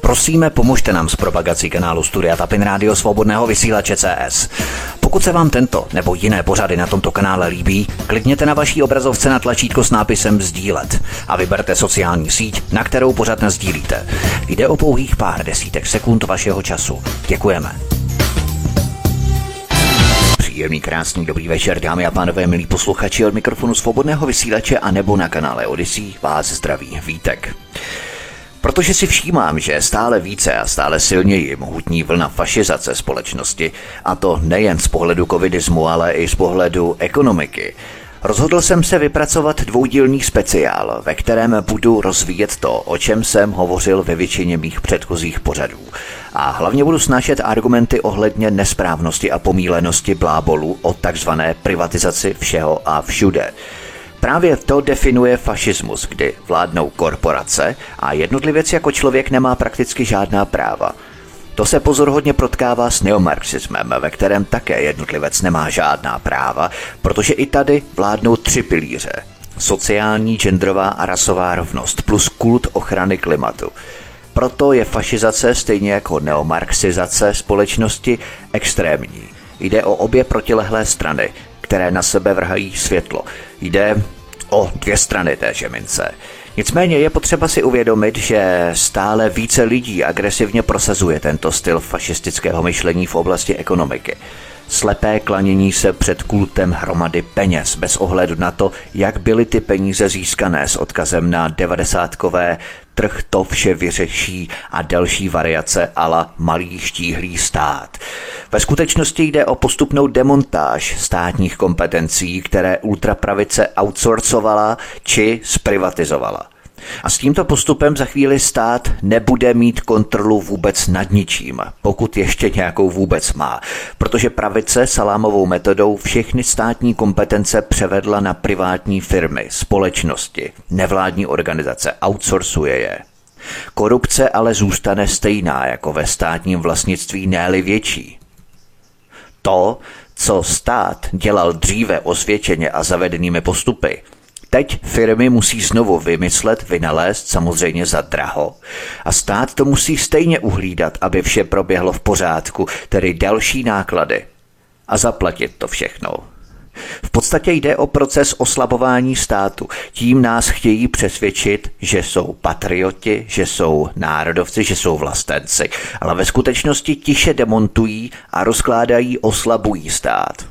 Prosíme, pomožte nám s propagací kanálu Studia Tapin Rádio Svobodného vysílače CS. Pokud se vám tento nebo jiné pořady na tomto kanále líbí, klikněte na vaší obrazovce na tlačítko s nápisem sdílet a vyberte sociální síť, na kterou pořad nasdílíte. Jde o pouhých pár desítek sekund vašeho času. Děkujeme. Příjemný, krásný, dobrý večer, dámy a pánové, milí posluchači, od mikrofonu Svobodného vysílače a nebo na kanále Odyssey vás zdraví Vítek. Protože si všímám, že stále více a stále silněji mohutní vlna fašizace společnosti, a to nejen z pohledu covidismu, ale i z pohledu ekonomiky, rozhodl jsem se vypracovat dvoudílný speciál, ve kterém budu rozvíjet to, o čem jsem hovořil ve většině mých předchozích pořadů. A hlavně budu snášet argumenty ohledně nesprávnosti a pomílenosti blábolů o takzvané privatizaci všeho a všude. Právě to definuje fašismus, kdy vládnou korporace a jednotlivec jako člověk nemá prakticky žádná práva. To se pozoruhodně protkává s neomarxismem, ve kterém také jednotlivec nemá žádná práva, protože i tady vládnou 3 pilíře. Sociální, genderová a rasová rovnost plus kult ochrany klimatu. Proto je fašizace stejně jako neomarxizace společnosti extrémní. Jde o obě protilehlé strany, které na sebe vrhají světlo. Jde o 2 strany téže mince. Nicméně je potřeba si uvědomit, že stále více lidí agresivně prosazuje tento styl fašistického myšlení v oblasti ekonomiky. Slepé klanění se před kultem hromady peněz, bez ohledu na to, jak byly ty peníze získané, s odkazem na 90kové trh to vše vyřeší a další variace ala malý štíhlý stát. Ve skutečnosti jde o postupnou demontáž státních kompetencí, které ultrapravice outsourcovala či zprivatizovala. A s tímto postupem za chvíli stát nebude mít kontrolu vůbec nad ničím, pokud ještě nějakou vůbec má, protože pravice salámovou metodou všechny státní kompetence převedla na privátní firmy, společnosti, nevládní organizace, outsourcuje je. Korupce ale zůstane stejná jako ve státním vlastnictví, ne-li větší. To, co stát dělal dříve osvědčeně a zavedenými postupy, teď firmy musí znovu vymyslet, vynalézt, samozřejmě za draho. A stát to musí stejně uhlídat, aby vše proběhlo v pořádku, tedy další náklady. A zaplatit to všechno. V podstatě jde o proces oslabování státu. Tím nás chtějí přesvědčit, že jsou patrioti, že jsou národovci, že jsou vlastenci. Ale ve skutečnosti tiše demontují a rozkládají, oslabují stát.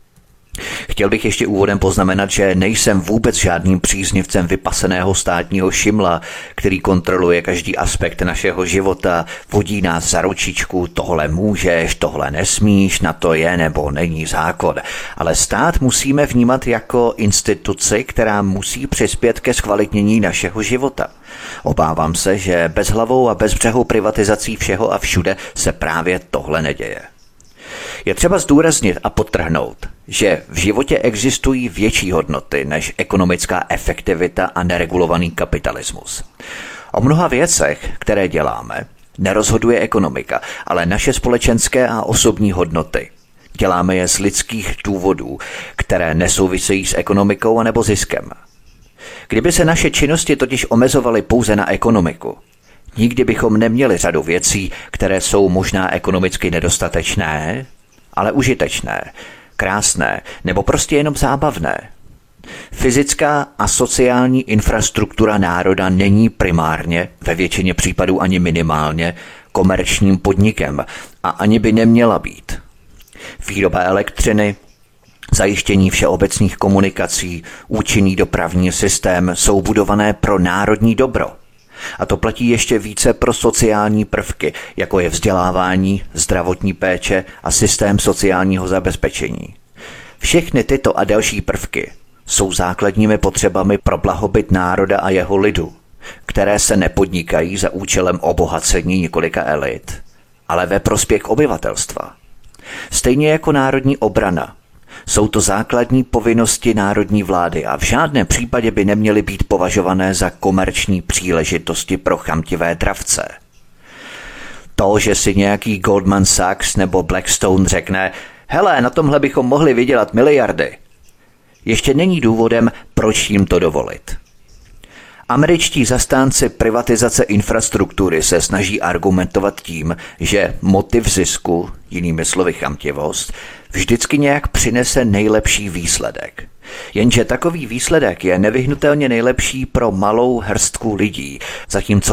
Chtěl bych ještě úvodem poznamenat, že nejsem vůbec žádným příznivcem vypaseného státního šimla, který kontroluje každý aspekt našeho života, vodí nás za ručičku, tohle můžeš, tohle nesmíš, na to je nebo není zákon. Ale stát musíme vnímat jako instituci, která musí přispět ke zkvalitnění našeho života. Obávám se, že bezhlavou a bezbřehou privatizací všeho a všude se právě tohle neděje. Je třeba zdůraznit a podtrhnout, že v životě existují větší hodnoty než ekonomická efektivita a neregulovaný kapitalismus. O mnoha věcech, které děláme, nerozhoduje ekonomika, ale naše společenské a osobní hodnoty. Děláme je z lidských důvodů, které nesouvisejí s ekonomikou anebo ziskem. Kdyby se naše činnosti totiž omezovaly pouze na ekonomiku, nikdy bychom neměli řadu věcí, které jsou možná ekonomicky nedostatečné, ale užitečné, krásné nebo prostě jenom zábavné. Fyzická a sociální infrastruktura národa není primárně, ve většině případů ani minimálně, komerčním podnikem a ani by neměla být. Výroba elektřiny, zajištění všeobecných komunikací, účinný dopravní systém jsou budované pro národní dobro. A to platí ještě více pro sociální prvky, jako je vzdělávání, zdravotní péče a systém sociálního zabezpečení. Všechny tyto a další prvky jsou základními potřebami pro blahobyt národa a jeho lidu, které se nepodnikají za účelem obohacení několika elit, ale ve prospěch obyvatelstva. Stejně jako národní obrana, jsou to základní povinnosti národní vlády a v žádném případě by neměly být považované za komerční příležitosti pro chamtivé dravce. To, že si nějaký Goldman Sachs nebo Blackstone řekne, hele, na tomhle bychom mohli vydělat miliardy, ještě není důvodem, proč jim to dovolit. Američtí zastánci privatizace infrastruktury se snaží argumentovat tím, že motiv zisku, jinými slovy chamtivost, vždycky nějak přinese nejlepší výsledek. Jenže takový výsledek je nevyhnutelně nejlepší pro malou hrstku lidí, zatímco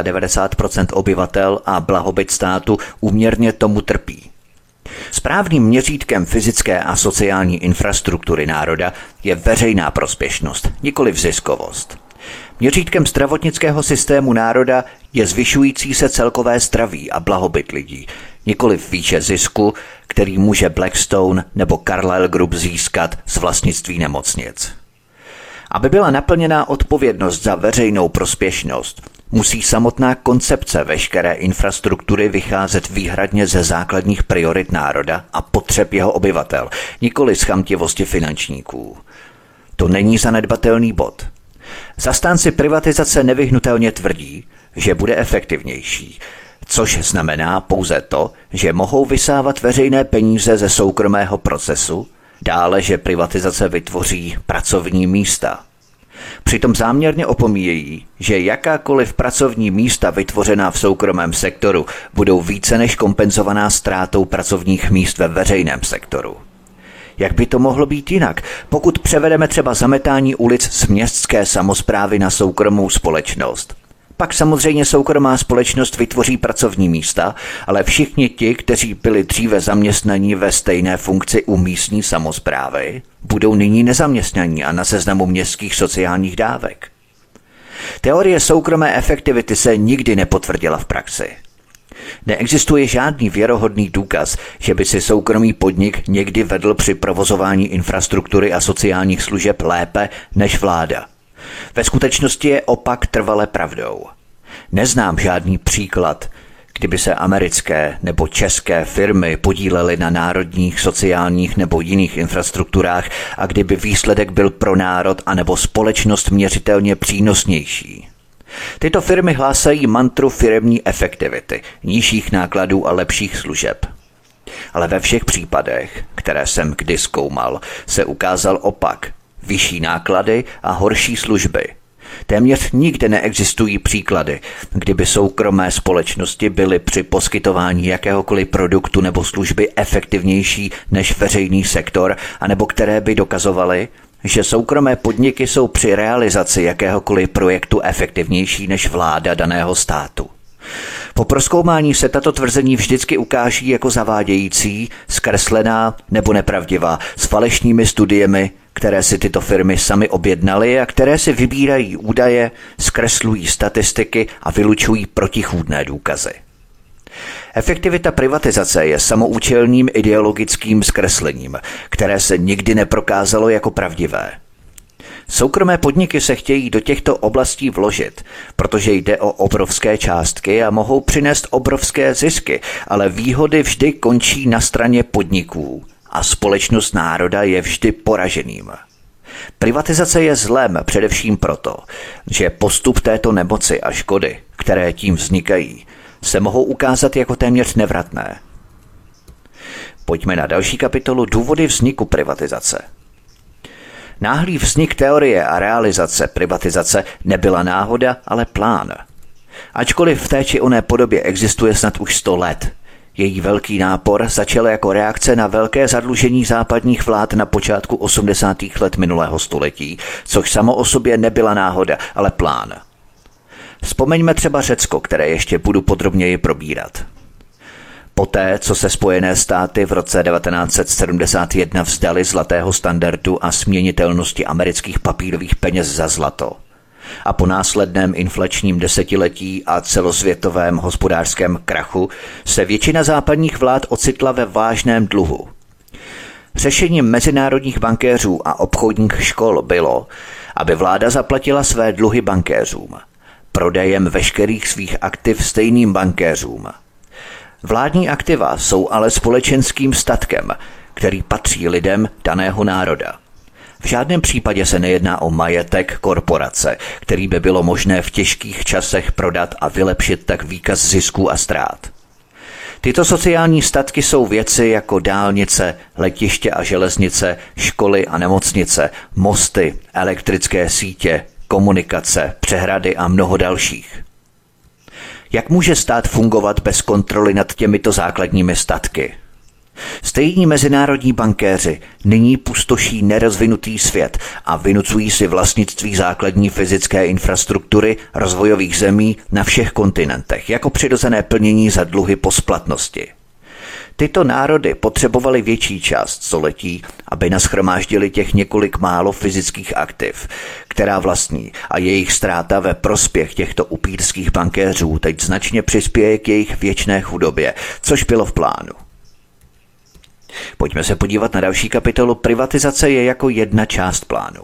99% obyvatel a blahobyt státu úměrně tomu trpí. Správným měřítkem fyzické a sociální infrastruktury národa je veřejná prospěšnost, nikoli ziskovost. Měřítkem zdravotnického systému národa je zvyšující se celkové zdraví a blahobyt lidí, nikoli výše zisku, který může Blackstone nebo Carlyle Group získat z vlastnictví nemocnic. Aby byla naplněná odpovědnost za veřejnou prospěšnost, musí samotná koncepce veškeré infrastruktury vycházet výhradně ze základních priorit národa a potřeb jeho obyvatel, nikoli z chamtivosti finančníků. To není zanedbatelný bod. Zastánci privatizace nevyhnutelně tvrdí, že bude efektivnější, což znamená pouze to, že mohou vysávat veřejné peníze ze soukromého procesu, dále, že privatizace vytvoří pracovní místa. Přitom záměrně opomíjejí, že jakákoliv pracovní místa vytvořená v soukromém sektoru budou více než kompenzovaná ztrátou pracovních míst ve veřejném sektoru. Jak by to mohlo být jinak, pokud převedeme třeba zametání ulic z městské samosprávy na soukromou společnost? Pak samozřejmě soukromá společnost vytvoří pracovní místa, ale všichni ti, kteří byli dříve zaměstnaní ve stejné funkci u místní samosprávy, budou nyní nezaměstnaní a na seznamu městských sociálních dávek. Teorie soukromé efektivity se nikdy nepotvrdila v praxi. Neexistuje žádný věrohodný důkaz, že by si soukromý podnik někdy vedl při provozování infrastruktury a sociálních služeb lépe než vláda. Ve skutečnosti je opak trvale pravdou. Neznám žádný příklad, kdyby se americké nebo české firmy podílely na národních, sociálních nebo jiných infrastrukturách a kdyby výsledek byl pro národ anebo společnost měřitelně přínosnější. Tyto firmy hlásají mantru firemní efektivity, nižších nákladů a lepších služeb. Ale ve všech případech, které jsem kdy zkoumal, se ukázal opak. Vyšší náklady a horší služby. Téměř nikde neexistují příklady, kdyby soukromé společnosti byly při poskytování jakéhokoliv produktu nebo služby efektivnější než veřejný sektor, anebo které by dokazovaly, že soukromé podniky jsou při realizaci jakéhokoliv projektu efektivnější než vláda daného státu. Po prozkoumání se tato tvrzení vždycky ukáží jako zavádějící, zkreslená nebo nepravdivá, s falešnými studiemi, které si tyto firmy sami objednaly a které si vybírají údaje, zkreslují statistiky a vylučují protichůdné důkazy. Efektivita privatizace je samoučelným ideologickým zkreslením, které se nikdy neprokázalo jako pravdivé. Soukromé podniky se chtějí do těchto oblastí vložit, protože jde o obrovské částky a mohou přinést obrovské zisky, ale výhody vždy končí na straně podniků a společnost národa je vždy poraženým. Privatizace je zlem především proto, že postup této nemoci a škody, které tím vznikají, se mohou ukázat jako téměř nevratné. Pojďme na další kapitolu Důvody vzniku privatizace. Náhlý vznik teorie a realizace privatizace nebyla náhoda, ale plán. Ačkoliv v té či oné podobě existuje snad už 100 let, její velký nápor začal jako reakce na velké zadlužení západních vlád na počátku 80. let minulého století, což samo o sobě nebyla náhoda, ale plán. Vzpomeňme třeba Řecko, které ještě budu podrobněji probírat. Poté, co se Spojené státy v roce 1971 vzdali zlatého standardu a směnitelnosti amerických papírových peněz za zlato, a po následném inflačním desetiletí a celosvětovém hospodářském krachu se většina západních vlád ocitla ve vážném dluhu. Řešením mezinárodních bankéřů a obchodních škol bylo, aby vláda zaplatila své dluhy bankéřům, prodejem veškerých svých aktiv stejným bankéřům. Vládní aktiva jsou ale společenským statkem, který patří lidem daného národa. V žádném případě se nejedná o majetek korporace, který by bylo možné v těžkých časech prodat a vylepšit tak výkaz zisků a ztrát. Tyto sociální statky jsou věci jako dálnice, letiště a železnice, školy a nemocnice, mosty, elektrické sítě, komunikace, přehrady a mnoho dalších. Jak může stát fungovat bez kontroly nad těmito základními statky? Stejní mezinárodní bankéři nyní pustoší nerozvinutý svět a vynucují si vlastnictví základní fyzické infrastruktury rozvojových zemí na všech kontinentech jako přirozené plnění za dluhy po splatnosti. Tyto národy potřebovaly větší část století, aby nashromáždili těch několik málo fyzických aktiv, která vlastní, a jejich ztráta ve prospěch těchto upírských bankéřů teď značně přispěje k jejich věčné chudobě, což bylo v plánu. Pojďme se podívat na další kapitolu. Privatizace je jako jedna část plánu.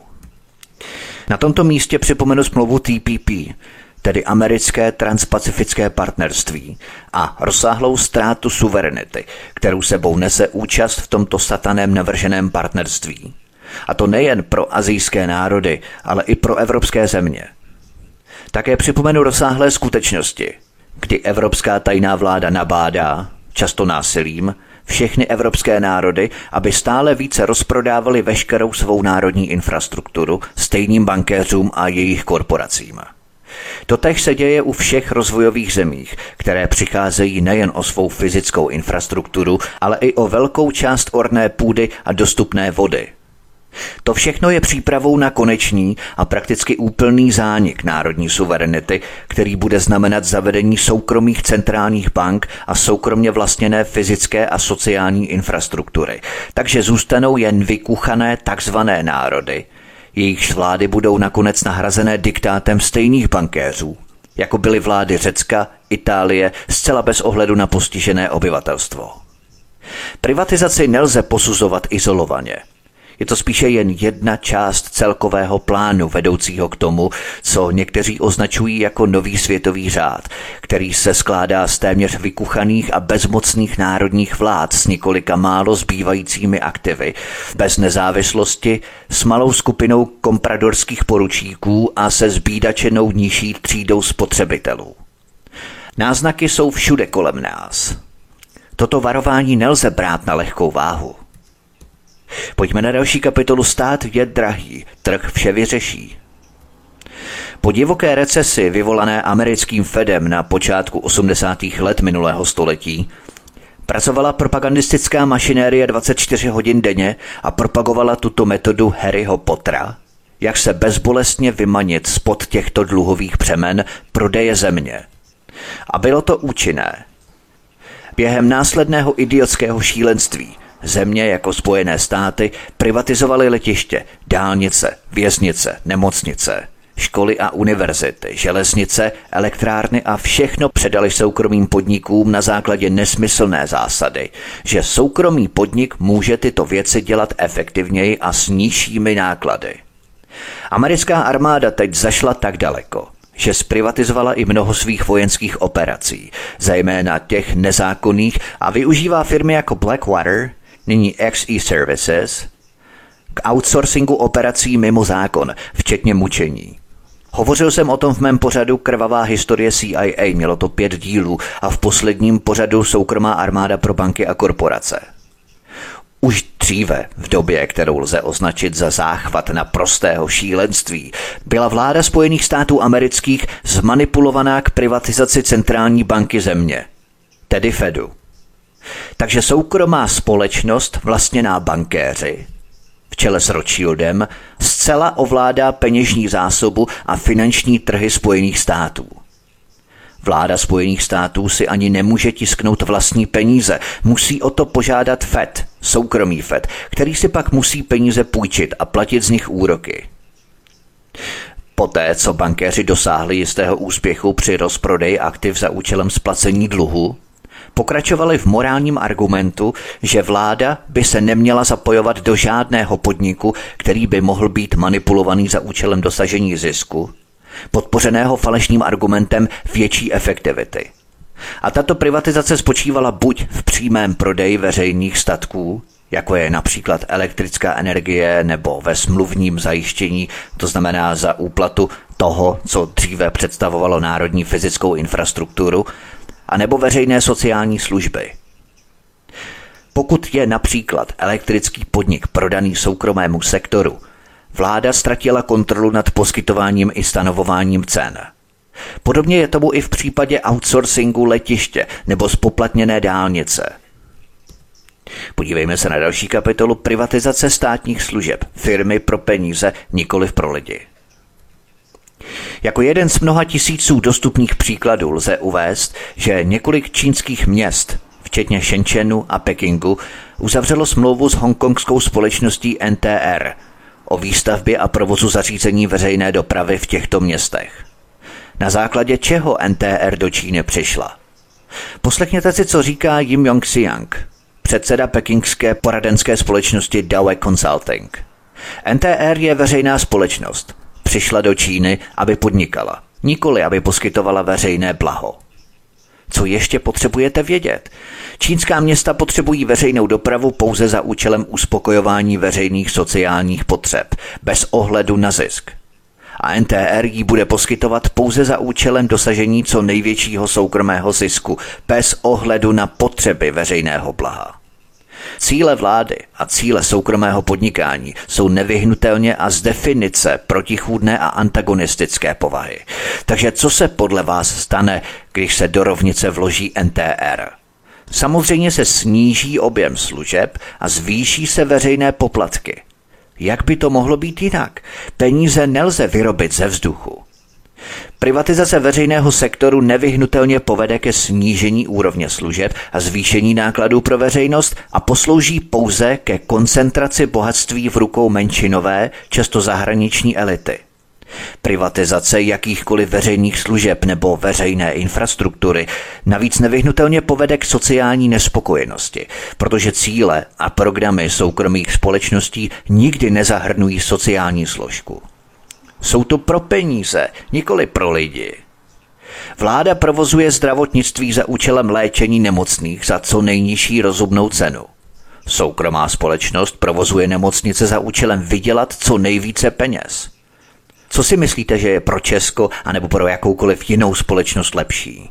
Na tomto místě připomenu smlouvu TPP, tedy Americké transpacifické partnerství, a rozsáhlou ztrátu suverenity, kterou sebou nese účast v tomto sataném navrženém partnerství. A to nejen pro asijské národy, ale i pro evropské země. Také připomenu rozsáhlé skutečnosti, kdy evropská tajná vláda nabádá, často násilím, všechny evropské národy, aby stále více rozprodávali veškerou svou národní infrastrukturu stejným bankéřům a jejich korporacím. Totéž se děje u všech rozvojových zemích, které přicházejí nejen o svou fyzickou infrastrukturu, ale i o velkou část orné půdy a dostupné vody. To všechno je přípravou na konečný a prakticky úplný zánik národní suverenity, který bude znamenat zavedení soukromých centrálních bank a soukromně vlastněné fyzické a sociální infrastruktury. Takže zůstanou jen vykuchané takzvané národy, jejichž vlády budou nakonec nahrazené diktátem stejných bankéřů, jako byly vlády Řecka, Itálie, zcela bez ohledu na postižené obyvatelstvo. Privatizaci nelze posuzovat izolovaně. Je to spíše jen jedna část celkového plánu vedoucího k tomu, co někteří označují jako nový světový řád, který se skládá z téměř vykuchaných a bezmocných národních vlád s několika málo zbývajícími aktivy, bez nezávislosti, s malou skupinou kompradorských poručíků a se zbídačenou nižší třídou spotřebitelů. Náznaky jsou všude kolem nás. Toto varování nelze brát na lehkou váhu. Pojďme na další kapitolu. Stát je drahý, trh vše vyřeší. Po divoké recesi vyvolané americkým Fedem na počátku 80. let minulého století pracovala propagandistická mašinérie 24 hodin denně a propagovala tuto metodu Harryho Pottera, jak se bezbolestně vymanit spod těchto dluhových břemen prodeje země. A bylo to účinné. Během následného idiotského šílenství země jako Spojené státy privatizovaly letiště, dálnice, věznice, nemocnice, školy a univerzity, železnice, elektrárny a všechno předali soukromým podnikům na základě nesmyslné zásady, že soukromý podnik může tyto věci dělat efektivněji a s nižšími náklady. Americká armáda teď zašla tak daleko, že zprivatizovala i mnoho svých vojenských operací, zejména těch nezákonných, a využívá firmy jako Blackwater, nyní XE Services, k outsourcingu operací mimo zákon, včetně mučení. Hovořil jsem o tom v mém pořadu Krvavá historie CIA, mělo to 5 dílů, a v posledním pořadu Soukromá armáda pro banky a korporace. Už dříve, v době, kterou lze označit za záchvat naprostého šílenství, byla vláda Spojených států amerických zmanipulovaná k privatizaci centrální banky země, tedy Fedu. Takže soukromá společnost vlastněná bankéři, v čele s Rothschildem, zcela ovládá peněžní zásobu a finanční trhy Spojených států. Vláda Spojených států si ani nemůže tisknout vlastní peníze, musí o to požádat Fed, soukromý Fed, který si pak musí peníze půjčit a platit z nich úroky. Poté, co bankéři dosáhli jistého úspěchu při rozprodeji aktiv za účelem splacení dluhu, pokračovali v morálním argumentu, že vláda by se neměla zapojovat do žádného podniku, který by mohl být manipulovaný za účelem dosažení zisku, podpořeného falešným argumentem větší efektivity. A tato privatizace spočívala buď v přímém prodeji veřejných statků, jako je například elektrická energie, nebo ve smluvním zajištění, to znamená za úplatu toho, co dříve představovalo národní fyzickou infrastrukturu, a nebo veřejné sociální služby. Pokud je například elektrický podnik prodaný soukromému sektoru, Vláda ztratila kontrolu nad poskytováním i stanovováním cen. Podobně je tomu i v případě outsourcingu letiště nebo spoplatněné dálnice. Podívejme se na další kapitolu privatizace státních služeb, firmy pro peníze, nikoliv pro lidi. Jako jeden z mnoha tisíců dostupných příkladů lze uvést, že několik čínských měst, včetně Shenzhenu a Pekingu, uzavřelo smlouvu s hongkongskou společností NTR o výstavbě a provozu zařízení veřejné dopravy v těchto městech. Na základě čeho NTR do Číny přišla? Poslechněte si, co říká Jim Yongxiang, předseda pekingské poradenské společnosti Dawe Consulting. NTR je veřejná společnost. Přišla do Číny, aby podnikala, nikoli aby poskytovala veřejné blaho. Co ještě potřebujete vědět? Čínská města potřebují veřejnou dopravu pouze za účelem uspokojování veřejných sociálních potřeb, bez ohledu na zisk. A NTR ji bude poskytovat pouze za účelem dosažení co největšího soukromého zisku, bez ohledu na potřeby veřejného blaha. Cíle vlády a cíle soukromého podnikání jsou nevyhnutelně a z definice protichůdné a antagonistické povahy. Takže co se podle vás stane, když se do rovnice vloží NTR? Samozřejmě se sníží objem služeb a zvýší se veřejné poplatky. Jak by to mohlo být jinak? Peníze nelze vyrobit ze vzduchu. Privatizace veřejného sektoru nevyhnutelně povede ke snížení úrovně služeb a zvýšení nákladů pro veřejnost a poslouží pouze ke koncentraci bohatství v rukou menšinové, často zahraniční elity. Privatizace jakýchkoliv veřejných služeb nebo veřejné infrastruktury navíc nevyhnutelně povede k sociální nespokojenosti, protože cíle a programy soukromých společností nikdy nezahrnují sociální složku. Jsou to pro peníze, nikoli pro lidi. Vláda provozuje zdravotnictví za účelem léčení nemocných za co nejnižší rozumnou cenu. Soukromá společnost provozuje nemocnice za účelem vydělat co nejvíce peněz. Co si myslíte, že je pro Česko anebo pro jakoukoliv jinou společnost lepší?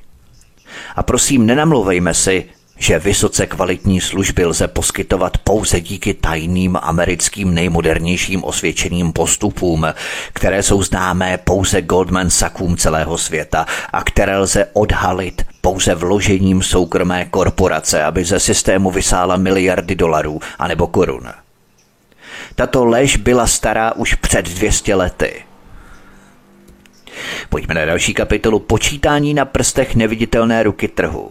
A prosím, nenamlouvejme si, že vysoce kvalitní služby lze poskytovat pouze díky tajným americkým nejmodernějším osvědčeným postupům, které jsou známé pouze Goldman Sachsům celého světa a které lze odhalit pouze vložením soukromé korporace, aby ze systému vysála miliardy dolarů anebo korun. Tato lež byla stará už před 200 lety. Pojďme na další kapitolu počítání na prstech neviditelné ruky trhu.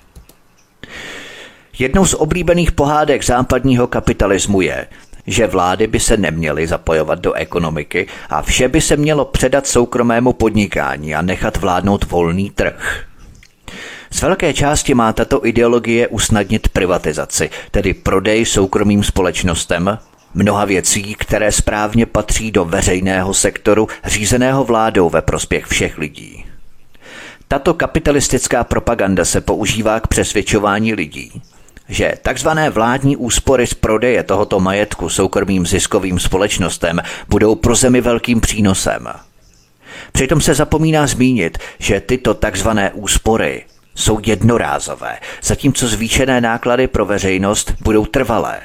Jednou z oblíbených pohádek západního kapitalismu je, že vlády by se neměly zapojovat do ekonomiky a vše by se mělo předat soukromému podnikání a nechat vládnout volný trh. Z velké části má tato ideologie usnadnit privatizaci, tedy prodej soukromým společnostem, mnoha věcí, které správně patří do veřejného sektoru, řízeného vládou ve prospěch všech lidí. Tato kapitalistická propaganda se používá k přesvědčování lidí, že takzvané vládní úspory z prodeje tohoto majetku soukromým ziskovým společnostem budou pro zemi velkým přínosem. Přitom se zapomíná zmínit, že tyto takzvané úspory jsou jednorázové, zatímco zvýšené náklady pro veřejnost budou trvalé.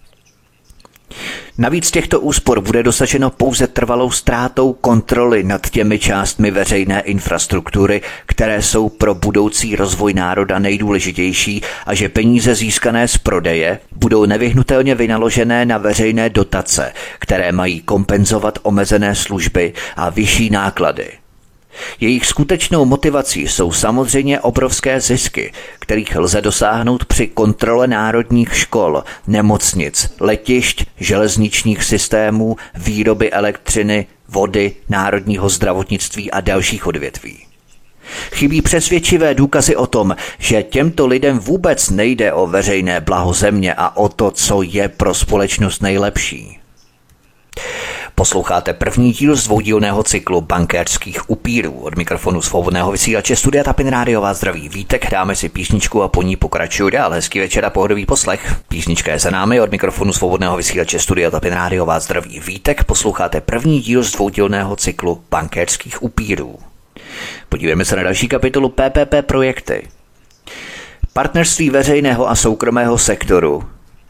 Navíc těchto úspor bude dosaženo pouze trvalou ztrátou kontroly nad těmi částmi veřejné infrastruktury, které jsou pro budoucí rozvoj národa nejdůležitější, a že peníze získané z prodeje budou nevyhnutelně vynaložené na veřejné dotace, které mají kompenzovat omezené služby a vyšší náklady. Jejich skutečnou motivací jsou samozřejmě obrovské zisky, kterých lze dosáhnout při kontrole národních škol, nemocnic, letišť, železničních systémů, výroby elektřiny, vody, národního zdravotnictví a dalších odvětví. Chybí přesvědčivé důkazy o tom, že těmto lidem vůbec nejde o veřejné blaho země a o to, co je pro společnost nejlepší. Posloucháte první díl z dvoudílného cyklu bankéřských upírů. Od mikrofonu svobodného vysílače Studia Tapin Rádio vás zdraví Vítek, dáme si písničku a po ní pokračuju dál. Hezký večer a pohodový poslech. Písnička je za námi, od mikrofonu svobodného vysílače Studia Tapin Rádio vás zdraví Vítek. Posloucháte první díl z dvoudílného cyklu bankéřských upírů. Podívejme se na další kapitolu PPP projekty. Partnerství veřejného a soukromého sektoru,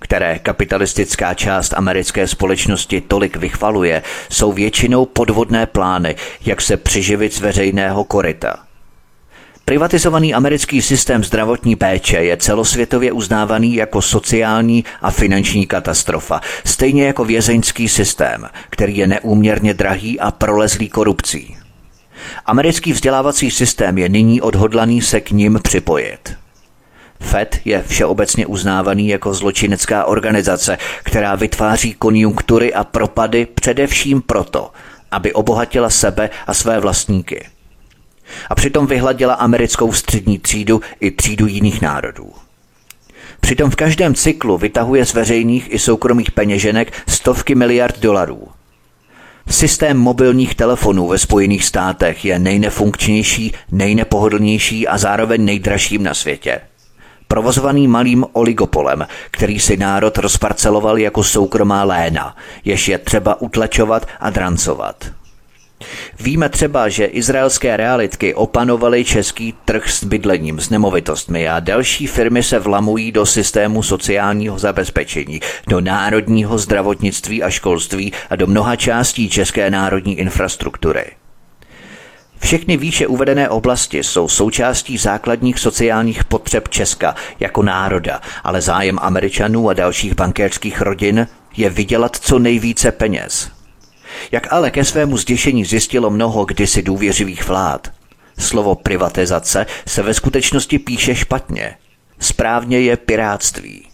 které kapitalistická část americké společnosti tolik vychvaluje, jsou většinou podvodné plány, jak se přiživit z veřejného koryta. Privatizovaný americký systém zdravotní péče je celosvětově uznávaný jako sociální a finanční katastrofa, stejně jako vězeňský systém, který je neúměrně drahý a prolezlý korupcí. Americký vzdělávací systém je nyní odhodlaný se k nim připojit. FED je všeobecně uznávaný jako zločinecká organizace, která vytváří konjunktury a propady především proto, aby obohatila sebe a své vlastníky. A přitom vyhladila americkou střední třídu i třídu jiných národů. Přitom v každém cyklu vytahuje z veřejných i soukromých peněženek stovky miliard dolarů. Systém mobilních telefonů ve Spojených státech je nejnefunkčnější, nejnepohodlnější a zároveň nejdražším na světě. Provozovaný malým oligopolem, který si národ rozparceloval jako soukromá léna, jež je třeba utlačovat a drancovat. Víme třeba, že izraelské realitky opanovaly český trh s bydlením, s nemovitostmi a další firmy se vlamují do systému sociálního zabezpečení, do národního zdravotnictví a školství a do mnoha částí české národní infrastruktury. Všechny výše uvedené oblasti jsou součástí základních sociálních potřeb Česka jako národa, ale zájem Američanů a dalších bankéřských rodin je vydělat co nejvíce peněz. Jak ale ke svému zděšení zjistilo mnoho kdysi důvěřivých vlád, slovo privatizace se ve skutečnosti píše špatně. Správně je pirátství.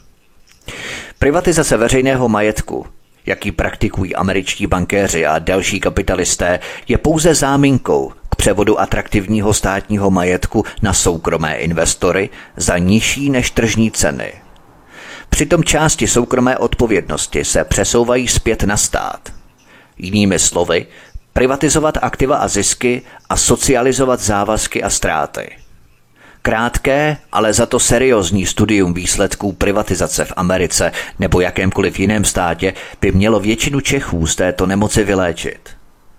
Privatizace veřejného majetku, jaký praktikují američtí bankéři a další kapitalisté, je pouze záminkou k převodu atraktivního státního majetku na soukromé investory za nižší než tržní ceny. Přitom části soukromé odpovědnosti se přesouvají zpět na stát. Jinými slovy, privatizovat aktiva a zisky a socializovat závazky a ztráty. Krátké, ale za to seriózní studium výsledků privatizace v Americe nebo jakémkoliv jiném státě by mělo většinu Čechů z této nemoci vyléčit.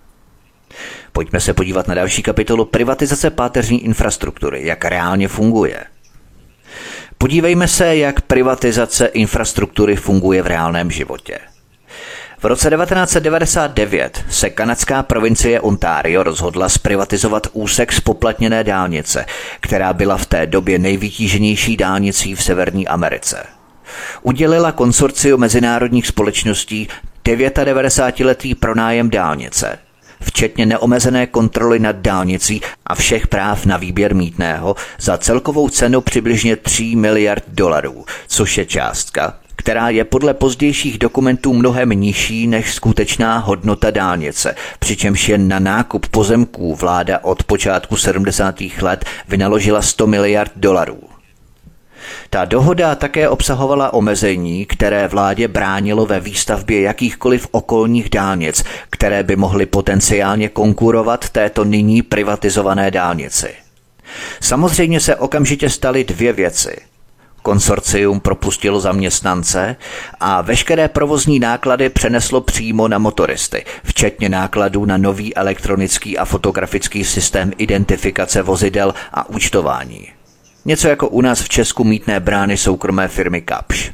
Pojďme se podívat na další kapitolu privatizace páteřní infrastruktury, jak reálně funguje. Podívejme se, jak privatizace infrastruktury funguje v reálném životě. V roce 1999 se kanadská provincie Ontario rozhodla zprivatizovat úsek zpoplatněné dálnice, která byla v té době nejvytíženější dálnicí v Severní Americe. Udělila konsorciu mezinárodních společností 99letý pronájem dálnice, včetně neomezené kontroly nad dálnicí a všech práv na výběr mýtného za celkovou cenu přibližně 3 miliard dolarů, což je částka, která je podle pozdějších dokumentů mnohem nižší než skutečná hodnota dálnice, přičemž jen na nákup pozemků vláda od počátku 70. let vynaložila 100 miliard dolarů. Ta dohoda také obsahovala omezení, které vládě bránilo ve výstavbě jakýchkoliv okolních dálnic, které by mohly potenciálně konkurovat této nyní privatizované dálnici. Samozřejmě se okamžitě staly dvě věci. Konsorcium propustilo zaměstnance a veškeré provozní náklady přeneslo přímo na motoristy, včetně nákladů na nový elektronický a fotografický systém identifikace vozidel a účtování. Něco jako u nás v Česku mýtné brány soukromé firmy Kapsch.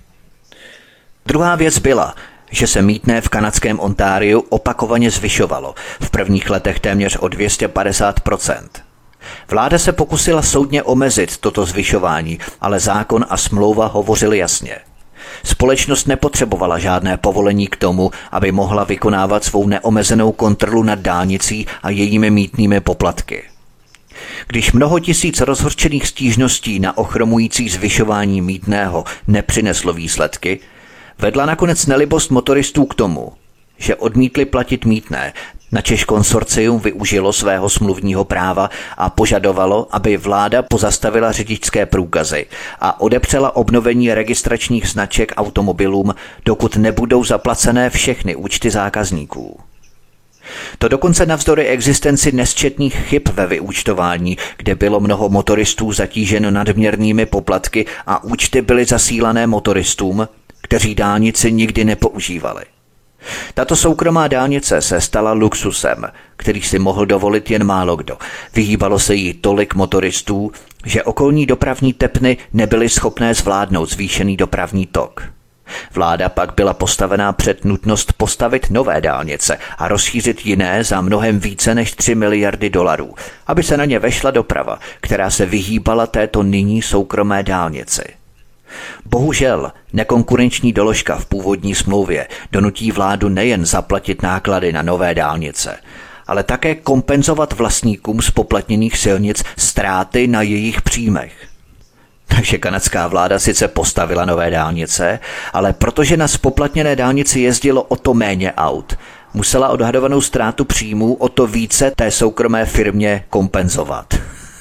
Druhá věc byla, že se mýtné v kanadském Ontáriu opakovaně zvyšovalo, v prvních letech téměř o 250%. Vláda se pokusila soudně omezit toto zvyšování, ale zákon a smlouva hovořily jasně. Společnost nepotřebovala žádné povolení k tomu, aby mohla vykonávat svou neomezenou kontrolu nad dálnicí a jejími mýtnými poplatky. Když mnoho tisíc rozhořčených stížností na ochromující zvyšování mýtného nepřineslo výsledky, vedla nakonec nelibost motoristů k tomu, že odmítli platit mýtné, načež konsorcium využilo svého smluvního práva a požadovalo, aby vláda pozastavila řidičské průkazy a odepřela obnovení registračních značek automobilům, dokud nebudou zaplacené všechny účty zákazníků. To dokonce navzdory existenci nesčetných chyb ve vyúčtování, kde bylo mnoho motoristů zatíženo nadměrnými poplatky a účty byly zasílané motoristům, kteří dálnici nikdy nepoužívali. Tato soukromá dálnice se stala luxusem, který si mohl dovolit jen málo kdo. Vyhýbalo se jí tolik motoristů, že okolní dopravní tepny nebyly schopné zvládnout zvýšený dopravní tok. Vláda pak byla postavená před nutnost postavit nové dálnice a rozšířit jiné za mnohem více než 3 miliardy dolarů, aby se na ně vešla doprava, která se vyhýbala této nyní soukromé dálnici. Bohužel nekonkurenční doložka v původní smlouvě donutí vládu nejen zaplatit náklady na nové dálnice, ale také kompenzovat vlastníkům zpoplatněných silnic ztráty na jejich příjmech. Takže kanadská vláda sice postavila nové dálnice, ale protože na zpoplatněné dálnici jezdilo o to méně aut, musela odhadovanou ztrátu příjmů o to více té soukromé firmě kompenzovat.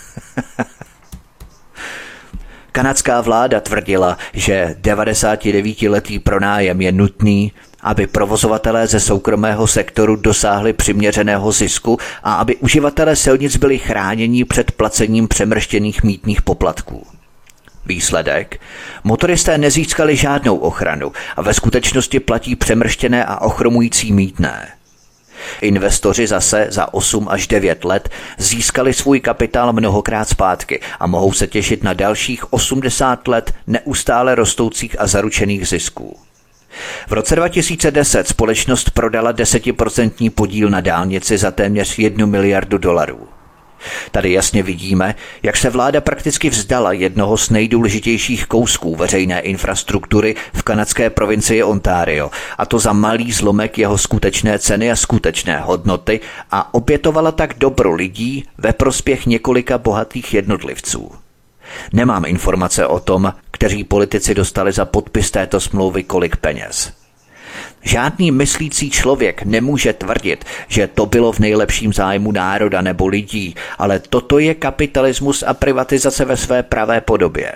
Kanadská vláda tvrdila, že 99letý pronájem je nutný, aby provozovatelé ze soukromého sektoru dosáhli přiměřeného zisku a aby uživatelé silnic byli chráněni před placením přemrštěných mýtných poplatků. Výsledek? Motoristé nezískali žádnou ochranu a ve skutečnosti platí přemrštěné a ochromující mýtné. Investoři zase za 8 až 9 let získali svůj kapitál mnohokrát zpátky a mohou se těšit na dalších 80 let neustále rostoucích a zaručených zisků. V roce 2010 společnost prodala 10% podíl na dálnici za téměř 1 miliardu dolarů. Tady jasně vidíme, jak se vláda prakticky vzdala jednoho z nejdůležitějších kousků veřejné infrastruktury v kanadské provincii Ontario, a to za malý zlomek jeho skutečné ceny a skutečné hodnoty, a obětovala tak dobro lidí ve prospěch několika bohatých jednotlivců. Nemám informace o tom, kteří politici dostali za podpis této smlouvy kolik peněz. Žádný myslící člověk nemůže tvrdit, že to bylo v nejlepším zájmu národa nebo lidí, ale toto je kapitalismus a privatizace ve své pravé podobě.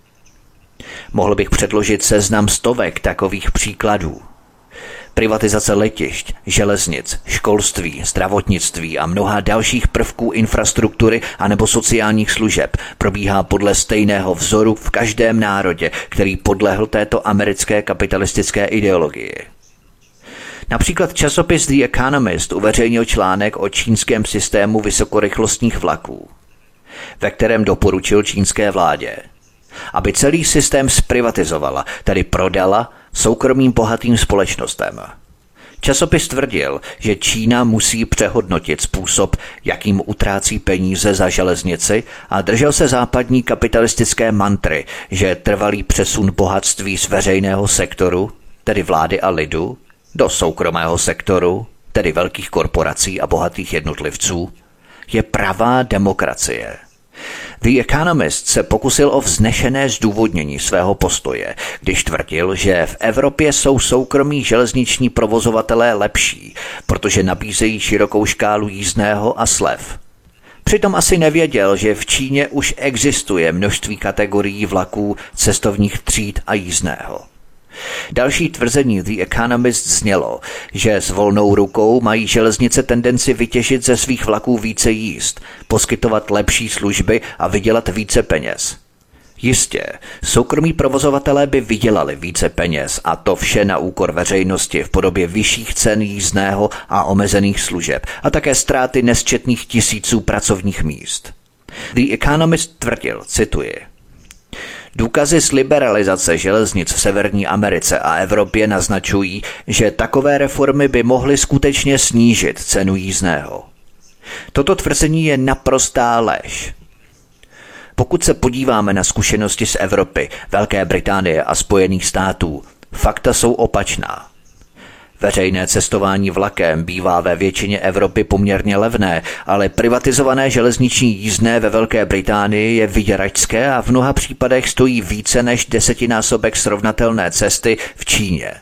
Mohl bych předložit seznam stovek takových příkladů. Privatizace letišť, železnic, školství, zdravotnictví a mnoha dalších prvků infrastruktury anebo sociálních služeb probíhá podle stejného vzoru v každém národě, který podlehl této americké kapitalistické ideologii. Například časopis The Economist uveřejnil článek o čínském systému vysokorychlostních vlaků, ve kterém doporučil čínské vládě, aby celý systém zprivatizovala, tedy prodala soukromým bohatým společnostem. Časopis tvrdil, že Čína musí přehodnotit způsob, jakým utrácí peníze za železnici, a držel se západní kapitalistické mantry, že trvalý přesun bohatství z veřejného sektoru, tedy vlády a lidu, do soukromého sektoru, tedy velkých korporací a bohatých jednotlivců, je pravá demokracie. The Economist se pokusil o vznešené zdůvodnění svého postoje, když tvrdil, že v Evropě jsou soukromí železniční provozovatelé lepší, protože nabízejí širokou škálu jízdného a slev. Přitom asi nevěděl, že v Číně už existuje množství kategorií vlaků, cestovních tříd a jízdného. Další tvrzení The Economist znělo, že s volnou rukou mají železnice tendenci vytěžit ze svých vlaků více jízd, poskytovat lepší služby a vydělat více peněz. Jistě, soukromí provozovatelé by vydělali více peněz, a to vše na úkor veřejnosti v podobě vyšších cen jízdného a omezených služeb a také ztráty nesčetných tisíců pracovních míst. The Economist tvrdil, cituji: důkazy z liberalizace železnic v Severní Americe a Evropě naznačují, že takové reformy by mohly skutečně snížit cenu jízdného. Toto tvrzení je naprostá lež. Pokud se podíváme na zkušenosti z Evropy, Velké Británie a Spojených států, fakta jsou opačná. Veřejné cestování vlakem bývá ve většině Evropy poměrně levné, ale privatizované železniční jízdné ve Velké Británii je vyděračské a v mnoha případech stojí více než 10násobek srovnatelné cesty v Číně.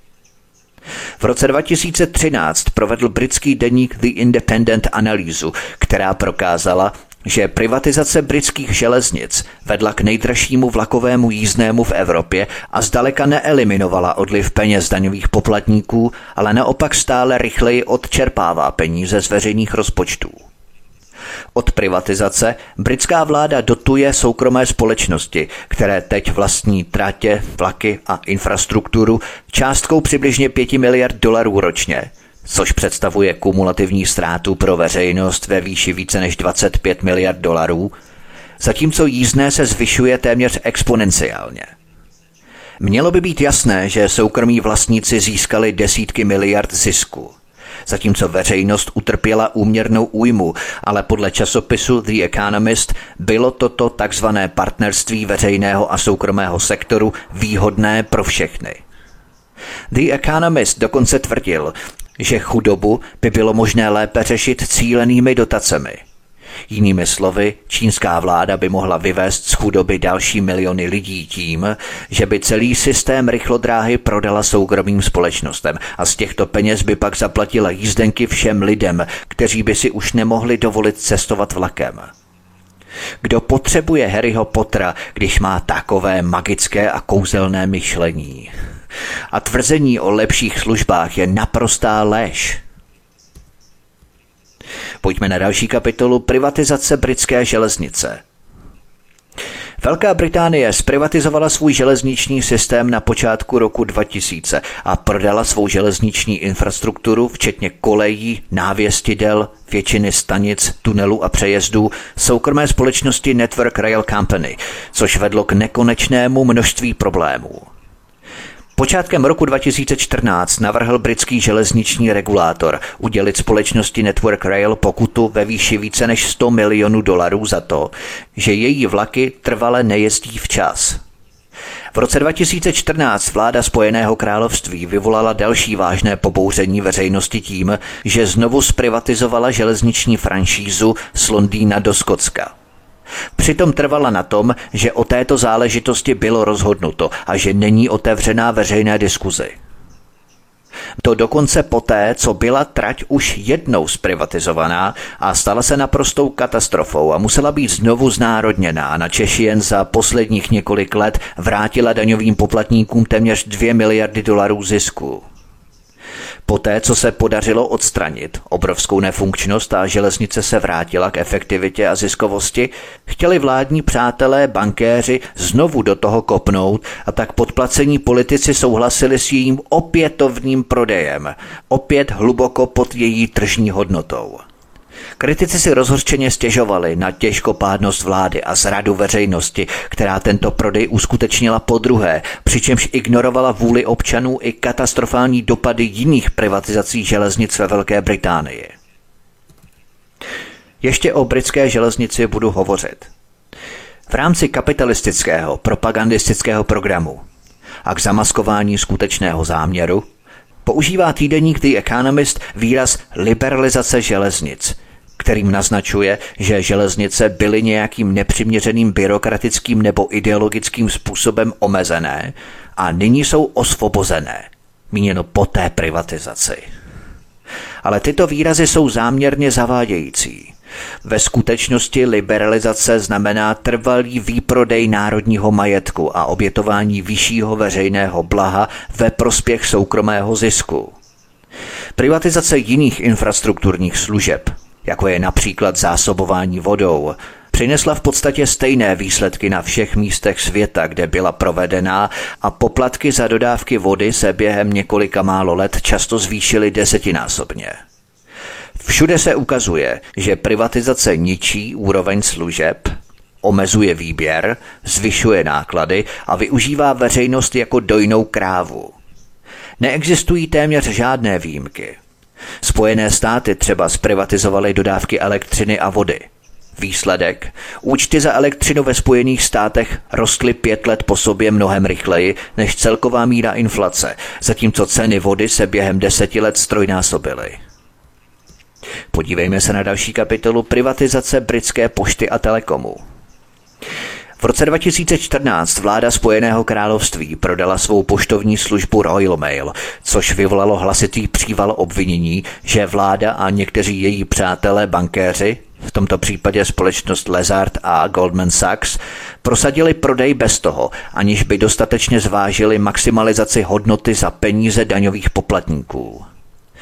V roce 2013 provedl britský deník The Independent analýzu, která prokázala, že privatizace britských železnic vedla k nejdražšímu vlakovému jízdnému v Evropě a zdaleka neeliminovala odliv peněz daňových poplatníků, ale naopak stále rychleji odčerpává peníze z veřejných rozpočtů. Od privatizace britská vláda dotuje soukromé společnosti, které teď vlastní tratě, vlaky a infrastrukturu částkou přibližně 5 miliard dolarů ročně, což představuje kumulativní ztrátu pro veřejnost ve výši více než 25 miliard dolarů, zatímco jízdné se zvyšuje téměř exponenciálně. Mělo by být jasné, že soukromí vlastníci získali desítky miliard zisku, zatímco veřejnost utrpěla úměrnou újmu, ale podle časopisu The Economist bylo toto takzvané partnerství veřejného a soukromého sektoru výhodné pro všechny. The Economist dokonce tvrdil, že chudobu by bylo možné lépe řešit cílenými dotacemi. Jinými slovy, čínská vláda by mohla vyvést z chudoby další miliony lidí tím, že by celý systém rychlodráhy prodala soukromým společnostem a z těchto peněz by pak zaplatila jízdenky všem lidem, kteří by si už nemohli dovolit cestovat vlakem. Kdo potřebuje Harryho Pottera, když má takové magické a kouzelné myšlení? A tvrzení o lepších službách je naprostá lež. Pojďme na další kapitolu privatizace britské železnice. Velká Británie zprivatizovala svůj železniční systém na počátku roku 2000 a prodala svou železniční infrastrukturu, včetně kolejí, návěstidel, většiny stanic, tunelů a přejezdů, soukromé společnosti Network Rail Company, což vedlo k nekonečnému množství problémů. Počátkem roku 2014 navrhl britský železniční regulátor udělit společnosti Network Rail pokutu ve výši více než 100 milionů dolarů za to, že její vlaky trvale nejezdí včas. V roce 2014 vláda Spojeného království vyvolala další vážné pobouření veřejnosti tím, že znovu zprivatizovala železniční franšízu z Londýna do Skotska. Přitom trvala na tom, že o této záležitosti bylo rozhodnuto a že není otevřená veřejné diskuzi. To dokonce poté, co byla trať už jednou zprivatizovaná a stala se naprostou katastrofou a musela být znovu znárodněná, na Češi jen za posledních několik let vrátila daňovým poplatníkům téměř 2 miliardy dolarů zisku. Poté, co se podařilo odstranit obrovskou nefunkčnost a železnice se vrátila k efektivitě a ziskovosti, chtěli vládní přátelé, bankéři znovu do toho kopnout a tak podplacení politici souhlasili s jejím opětovným prodejem, opět hluboko pod její tržní hodnotou. Kritici si rozhořčeně stěžovali na těžkopádnost vlády a zradu veřejnosti, která tento prodej uskutečnila podruhé, přičemž ignorovala vůli občanů i katastrofální dopady jiných privatizací železnic ve Velké Británii. Ještě o britské železnici budu hovořit. V rámci kapitalistického propagandistického programu a k zamaskování skutečného záměru používá týdeník The Economist výraz liberalizace železnic, kterým naznačuje, že železnice byly nějakým nepřiměřeným byrokratickým nebo ideologickým způsobem omezené a nyní jsou osvobozené, míněno po té privatizaci. Ale tyto výrazy jsou záměrně zavádějící. Ve skutečnosti liberalizace znamená trvalý výprodej národního majetku a obětování vyššího veřejného blaha ve prospěch soukromého zisku. Privatizace jiných infrastrukturních služeb, jako je například zásobování vodou, přinesla v podstatě stejné výsledky na všech místech světa, kde byla provedená a poplatky za dodávky vody se během několika málo let často zvýšily desetinásobně. Všude se ukazuje, že privatizace ničí úroveň služeb, omezuje výběr, zvyšuje náklady a využívá veřejnost jako dojnou krávu. Neexistují téměř žádné výjimky. Spojené státy třeba zprivatizovaly dodávky elektřiny a vody. Výsledek? Účty za elektřinu ve Spojených státech rostly 5 let po sobě mnohem rychleji než celková míra inflace, zatímco ceny vody se během 10 let ztrojnásobily. Podívejme se na další kapitolu privatizace britské pošty a telekomu. V roce 2014 vláda Spojeného království prodala svou poštovní službu Royal Mail, což vyvolalo hlasitý příval obvinění, že vláda a někteří její přátelé bankéři, v tomto případě společnost Lazard a Goldman Sachs, prosadili prodej bez toho, aniž by dostatečně zvážili maximalizaci hodnoty za peníze daňových poplatníků.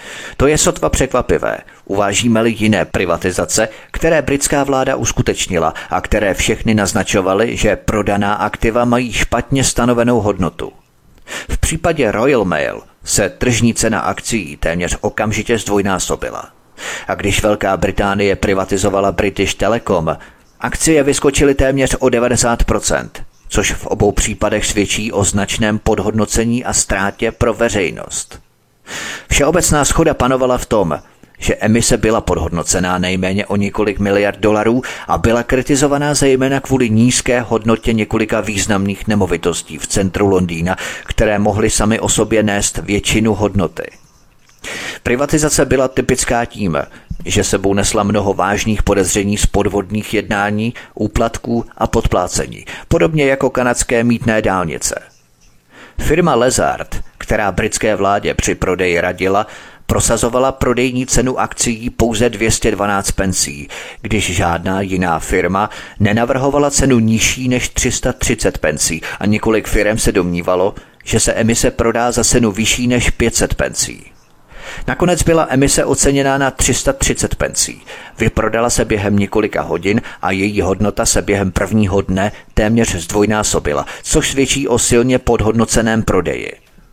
To je sotva překvapivé, uvážíme-li jiné privatizace, které britská vláda uskutečnila a které všechny naznačovaly, že prodaná aktiva mají špatně stanovenou hodnotu. V případě Royal Mail se tržní cena akcií téměř okamžitě zdvojnásobila. A když Velká Británie privatizovala British Telecom, akcie vyskočily téměř o 90%, což v obou případech svědčí o značném podhodnocení a ztrátě pro veřejnost. Všeobecná shoda panovala v tom, že emise byla podhodnocená nejméně o několik miliard dolarů a byla kritizovaná zejména kvůli nízké hodnotě několika významných nemovitostí v centru Londýna, které mohly sami o sobě nést většinu hodnoty. Privatizace byla typická tím, že sebou nesla mnoho vážných podezření z podvodných jednání, úplatků a podplácení, podobně jako kanadské mýtné dálnice. Firma Lazard, která britské vládě při prodeji radila, prosazovala prodejní cenu akcií pouze 212 pencí, když žádná jiná firma nenavrhovala cenu nižší než 330 pencí a několik firem se domnívalo, že se emise prodá za cenu vyšší než 500 pencí. Nakonec byla emise oceněná na 330 pencí. Vyprodala se během několika hodin a její hodnota se během prvního dne téměř zdvojnásobila, což svědčí o silně podhodnoceném prodeji.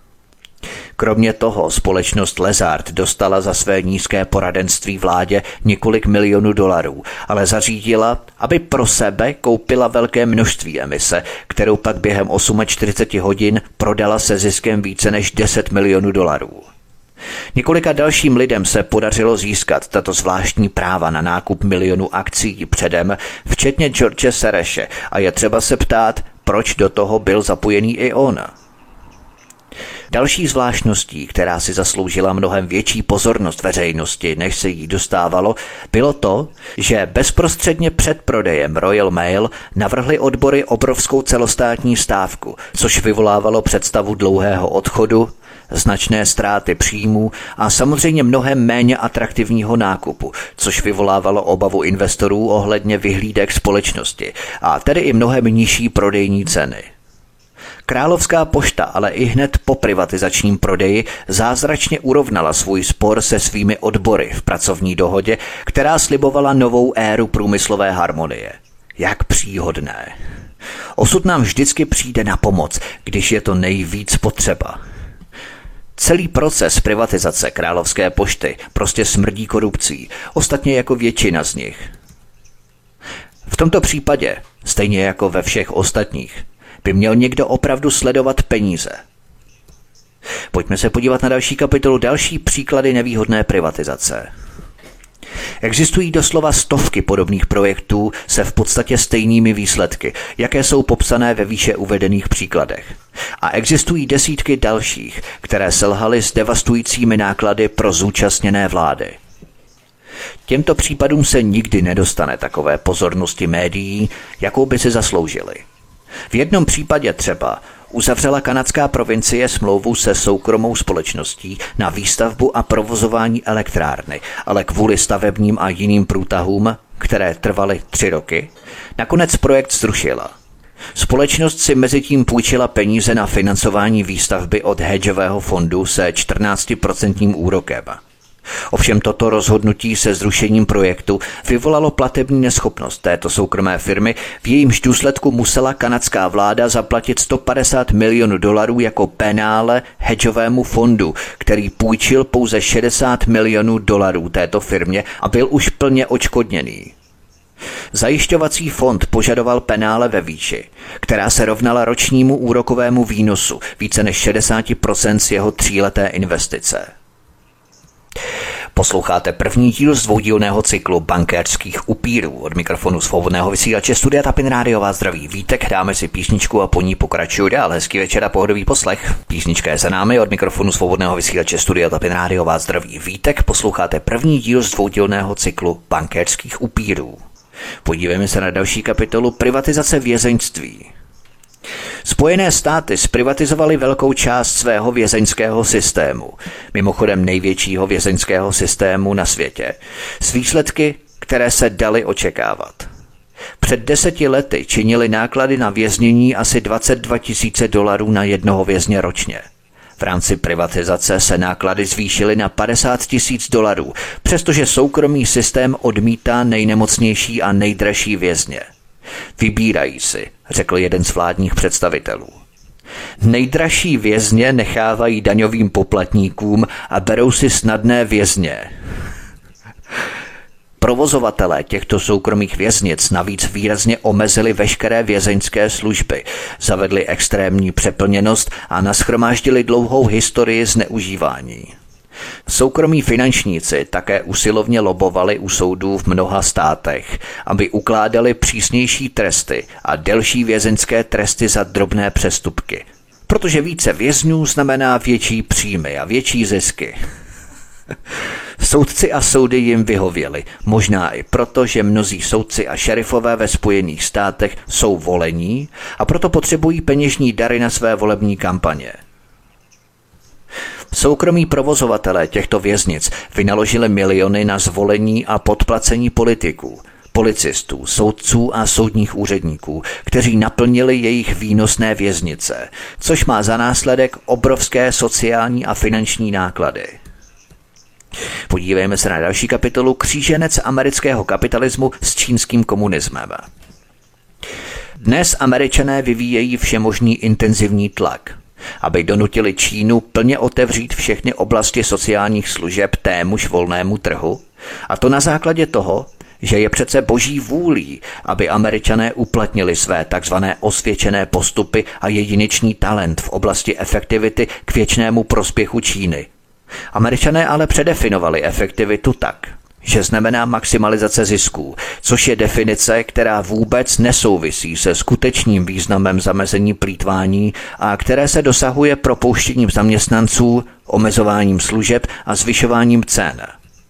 Kromě toho společnost Lazard dostala za své nízké poradenství vládě několik milionů dolarů, ale zařídila, aby pro sebe koupila velké množství emise, kterou pak během 48 hodin prodala se ziskem více než 10 milionů dolarů. Několika dalším lidem se podařilo získat tato zvláštní práva na nákup milionů akcií předem, včetně George Soreše, a je třeba se ptát, proč do toho byl zapojený i on. Další zvláštností, která si zasloužila mnohem větší pozornost veřejnosti, než se jí dostávalo, bylo to, že bezprostředně před prodejem Royal Mail navrhly odbory obrovskou celostátní stávku, což vyvolávalo představu dlouhého odchodu, značné ztráty příjmů a samozřejmě mnohem méně atraktivního nákupu, což vyvolávalo obavu investorů ohledně vyhlídek společnosti a tedy i mnohem nižší prodejní ceny. Královská pošta ale i hned po privatizačním prodeji zázračně urovnala svůj spor se svými odbory v pracovní dohodě, která slibovala novou éru průmyslové harmonie. Jak příhodné. Osud nám vždycky přijde na pomoc, když je to nejvíc potřeba. Celý proces privatizace Královské pošty prostě smrdí korupcí, ostatně jako většina z nich. V tomto případě, stejně jako ve všech ostatních, by měl někdo opravdu sledovat peníze. Pojďme se podívat na další kapitolu, další příklady nevýhodné privatizace. Existují doslova stovky podobných projektů se v podstatě stejnými výsledky, jaké jsou popsané ve výše uvedených příkladech. A existují desítky dalších, které selhaly s devastujícími náklady pro zúčastněné vlády. Těmto případům se nikdy nedostane takové pozornosti médií, jakou by si zasloužili. V jednom případě třeba uzavřela kanadská provincie smlouvu se soukromou společností na výstavbu a provozování elektrárny, ale kvůli stavebním a jiným průtahům, které trvaly 3 roky, nakonec projekt zrušila. Společnost si mezitím půjčila peníze na financování výstavby od hedžového fondu se 14% úrokem. Ovšem toto rozhodnutí se zrušením projektu vyvolalo platební neschopnost této soukromé firmy, v jejímž důsledku musela kanadská vláda zaplatit 150 milionů dolarů jako penále hedžovému fondu, který půjčil pouze 60 milionů dolarů této firmě a byl už plně odškodněný. Zajišťovací fond požadoval penále ve výši, která se rovnala ročnímu úrokovému výnosu více než 60% z jeho 3leté investice. Posloucháte první díl z dvoudílného cyklu bankéřských upírů. Od mikrofonu svobodného vysílače Studia Tapin Rádio vás zdraví Vítek, dáme si písničku a po ní pokračuju dál. Hezký večer a pohodový poslech. Písnička je za námi, od mikrofonu svobodného vysílače Studia Tapin Rádio vás zdraví Vítek. Posloucháte první díl z dvoudílného cyklu bankéřských upírů. Podívejme se na další kapitolu privatizace vězeňství. Spojené státy zprivatizovaly velkou část svého vězeňského systému, mimochodem největšího vězeňského systému na světě, s výsledky, které se daly očekávat. Před 10 lety činily náklady na věznění asi $22 000 na jednoho vězně ročně. V rámci privatizace se náklady zvýšily na $50,000, přestože soukromý systém odmítá nejnemocnější a nejdražší vězně. Vybírají si, řekl jeden z vládních představitelů. Nejdražší vězně nechávají daňovým poplatníkům a berou si snadné vězně. Provozovatelé těchto soukromých věznic navíc výrazně omezili veškeré vězeňské služby, zavedli extrémní přeplněnost a nashromáždili dlouhou historii zneužívání. Soukromí finančníci také usilovně lobovali u soudů v mnoha státech, aby ukládali přísnější tresty a delší vězeňské tresty za drobné přestupky, protože více vězňů znamená větší příjmy a větší zisky. Soudci a soudy jim vyhověli, možná i proto, že mnozí soudci a šerifové ve Spojených státech jsou volení a proto potřebují peněžní dary na své volební kampaně. Soukromí provozovatelé těchto věznic vynaložili miliony na zvolení a podplacení politiků, policistů, soudců a soudních úředníků, kteří naplnili jejich výnosné věznice, což má za následek obrovské sociální a finanční náklady. Podívejme se na další kapitolu Kříženec amerického kapitalismu s čínským komunismem. Dnes Američané vyvíjejí všemožný intenzivní tlak, aby donutili Čínu plně otevřít všechny oblasti sociálních služeb témuž volnému trhu, a to na základě toho, že je přece boží vůlí, aby Američané uplatnili své takzvané osvědčené postupy a jedinečný talent v oblasti efektivity k věčnému prospěchu Číny. Američané ale předefinovali efektivitu tak, že znamená maximalizace zisků, což je definice, která vůbec nesouvisí se skutečným významem zamezení plýtvání a které se dosahuje propouštěním zaměstnanců, omezováním služeb a zvyšováním cen.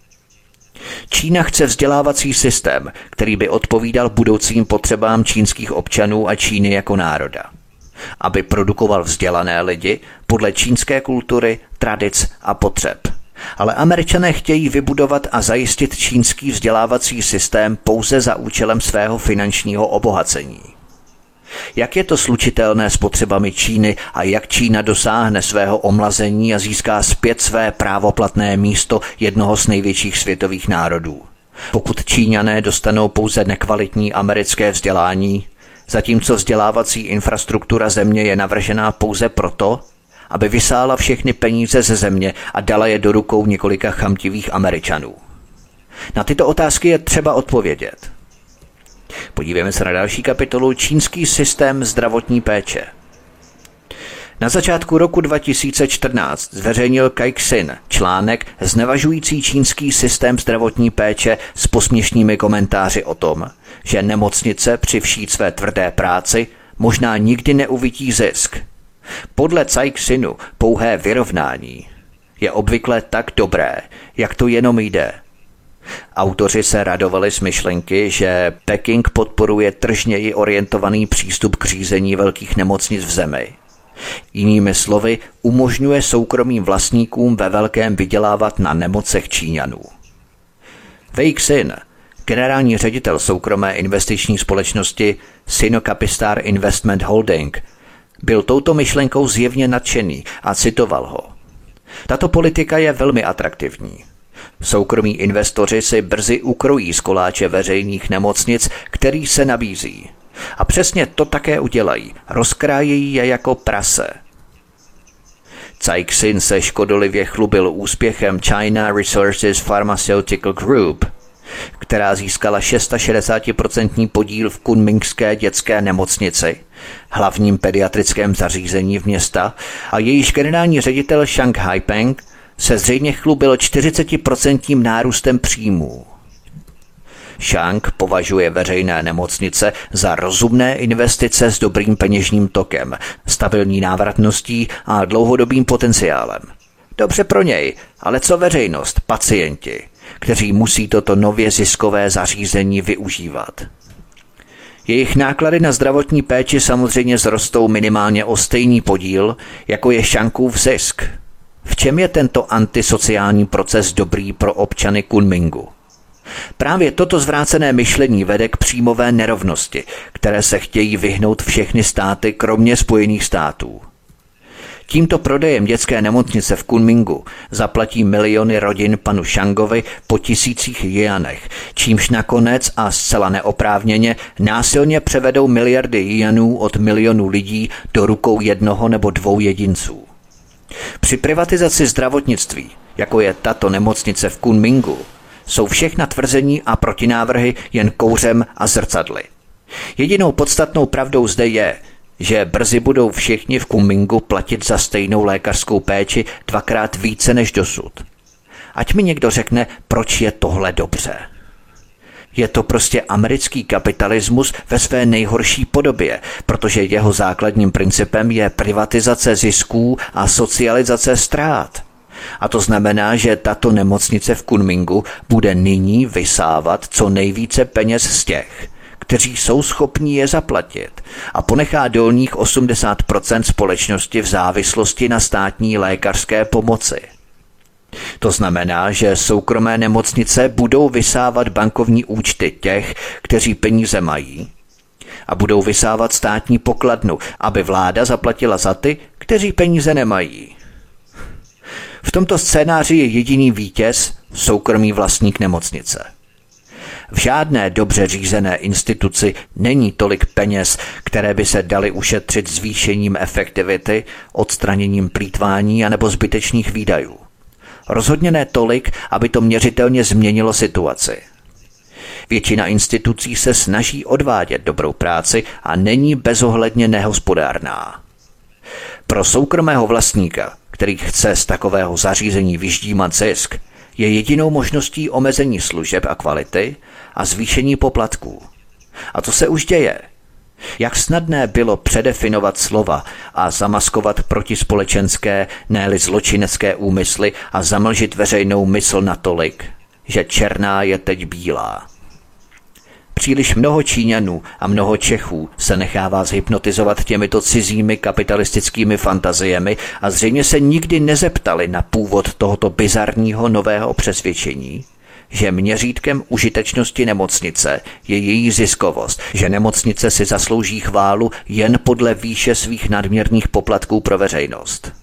Čína chce vzdělávací systém, který by odpovídal budoucím potřebám čínských občanů a Číny jako národa. Aby produkoval vzdělané lidi podle čínské kultury, tradic a potřeb. Ale Američané chtějí vybudovat a zajistit čínský vzdělávací systém pouze za účelem svého finančního obohacení. Jak je to slučitelné s potřebami Číny a jak Čína dosáhne svého omlazení a získá zpět své právoplatné místo jednoho z největších světových národů? Pokud Číňané dostanou pouze nekvalitní americké vzdělání, zatímco vzdělávací infrastruktura země je navržená pouze proto, aby vysála všechny peníze ze země a dala je do rukou několika chamtivých Američanů. Na tyto otázky je třeba odpovědět. Podívejme se na další kapitolu Čínský systém zdravotní péče. Na začátku roku 2014 zveřejnil Caixin článek znevažující čínský systém zdravotní péče s posměšnými komentáři o tom, že nemocnice při vší své tvrdé práci možná nikdy neuvidí zisk. Podle Caixinu pouhé vyrovnání je obvykle tak dobré, jak to jenom jde. Autoři se radovali z myšlenky, že Peking podporuje tržněji orientovaný přístup k řízení velkých nemocnic v zemi. Jinými slovy, umožňuje soukromým vlastníkům ve velkém vydělávat na nemocech Číňanů. Wei Xin, generální ředitel soukromé investiční společnosti Sinocapistar Investment Holding, byl touto myšlenkou zjevně nadšený a citoval ho. Tato politika je velmi atraktivní. Soukromí investoři si brzy ukrojí z koláče veřejných nemocnic, který se nabízí. A přesně to také udělají. Rozkrájejí je jako prase. Caixin se škodolivě chlubil úspěchem China Resources Pharmaceutical Group, která získala 660% podíl v kunmingské dětské nemocnici, hlavním pediatrickém zařízení v města, a jejíž generální ředitel Shang Haipeng se zřejmě chlubil 40% nárůstem příjmů. Shang považuje veřejné nemocnice za rozumné investice s dobrým peněžním tokem, stabilní návratností a dlouhodobým potenciálem. Dobře pro něj, ale co veřejnost, pacienti, kteří musí toto nově ziskové zařízení využívat? Jejich náklady na zdravotní péči samozřejmě zrostou minimálně o stejný podíl, jako je Shangův zisk. V čem je tento antisociální proces dobrý pro občany Kunmingu? Právě toto zvrácené myšlení vede k příjmové nerovnosti, které se chtějí vyhnout všechny státy, kromě Spojených států. Tímto prodejem dětské nemocnice v Kunmingu zaplatí miliony rodin panu Changovi po tisících jianech, čímž nakonec a zcela neoprávněně násilně převedou miliardy jianů od milionů lidí do rukou jednoho nebo dvou jedinců. Při privatizaci zdravotnictví, jako je tato nemocnice v Kunmingu, jsou všechna tvrzení a protinávrhy jen kouřem a zrcadly. Jedinou podstatnou pravdou zde je, že brzy budou všichni v Kunmingu platit za stejnou lékařskou péči 2x více než dosud. Ať mi někdo řekne, proč je tohle dobře. Je to prostě americký kapitalismus ve své nejhorší podobě, protože jeho základním principem je privatizace zisků a socializace ztrát. A to znamená, že tato nemocnice v Kunmingu bude nyní vysávat co nejvíce peněz z těch, kteří jsou schopní je zaplatit, a ponechá dolních 80% společnosti v závislosti na státní lékařské pomoci. To znamená, že soukromé nemocnice budou vysávat bankovní účty těch, kteří peníze mají, a budou vysávat státní pokladnu, aby vláda zaplatila za ty, kteří peníze nemají. V tomto scénáři je jediný vítěz soukromý vlastník nemocnice. V žádné dobře řízené instituci není tolik peněz, které by se daly ušetřit zvýšením efektivity, odstraněním plýtvání anebo zbytečných výdajů. Rozhodně ne tolik, aby to měřitelně změnilo situaci. Většina institucí se snaží odvádět dobrou práci a není bezohledně nehospodárná. Pro soukromého vlastníka, který chce z takového zařízení vyždímat zisk, je jedinou možností omezení služeb a kvality a zvýšení poplatků. A to se už děje. Jak snadné bylo předefinovat slova a zamaskovat protispolečenské, ne-li zločinecké úmysly a zamlžit veřejnou mysl natolik, že černá je teď bílá. Příliš mnoho Číňanů a mnoho Čechů se nechává zhypnotizovat těmito cizími kapitalistickými fantaziemi a zřejmě se nikdy nezeptali na původ tohoto bizarního nového přesvědčení, že měřítkem užitečnosti nemocnice je její ziskovost, že nemocnice si zaslouží chválu jen podle výše svých nadměrných poplatků pro veřejnost.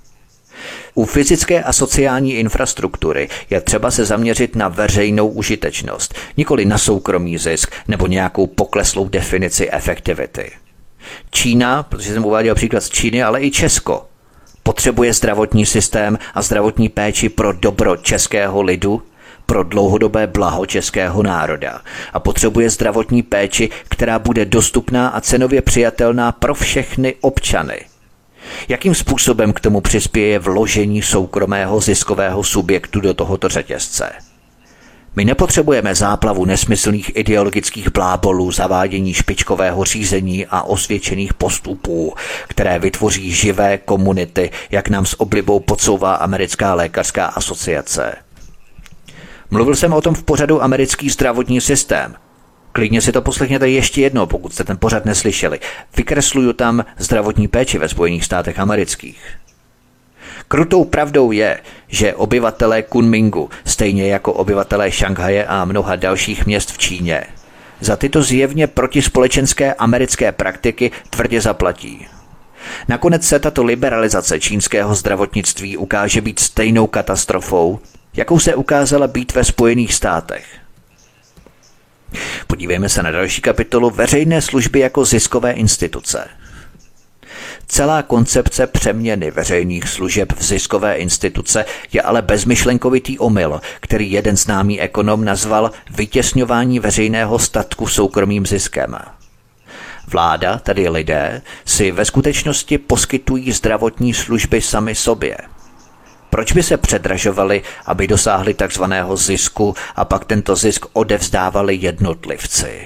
U fyzické a sociální infrastruktury je třeba se zaměřit na veřejnou užitečnost, nikoli na soukromý zisk nebo nějakou pokleslou definici efektivity. Čína, protože jsem uváděl příklad z Číny, ale i Česko, potřebuje zdravotní systém a zdravotní péči pro dobro českého lidu, pro dlouhodobé blaho českého národa a potřebuje zdravotní péči, která bude dostupná a cenově přijatelná pro všechny občany. Jakým způsobem k tomu přispěje vložení soukromého ziskového subjektu do tohoto řetězce? My nepotřebujeme záplavu nesmyslných ideologických blábolů, zavádění špičkového řízení a osvědčených postupů, které vytvoří živé komunity, jak nám s oblibou podsouvá Americká lékařská asociace. Mluvil jsem o tom v pořadu Americký zdravotní systém. Klidně si to poslechněte ještě jednou, pokud jste ten pořad neslyšeli. Vykresluju tam zdravotní péči ve Spojených státech amerických. Krutou pravdou je, že obyvatelé Kunmingu, stejně jako obyvatelé Šanghaje a mnoha dalších měst v Číně, za tyto zjevně protispolečenské americké praktiky tvrdě zaplatí. Nakonec se tato liberalizace čínského zdravotnictví ukáže být stejnou katastrofou, jakou se ukázala být ve Spojených státech. Podívejme se na další kapitolu veřejné služby jako ziskové instituce. Celá koncepce přeměny veřejných služeb v ziskové instituce je ale bezmyšlenkovitý omyl, který jeden známý ekonom nazval vytěsňování veřejného statku soukromým ziskem. Vláda, tedy lidé, si ve skutečnosti poskytují zdravotní služby sami sobě. Proč by se předražovali, aby dosáhli takzvaného zisku a pak tento zisk odevzdávali jednotlivci?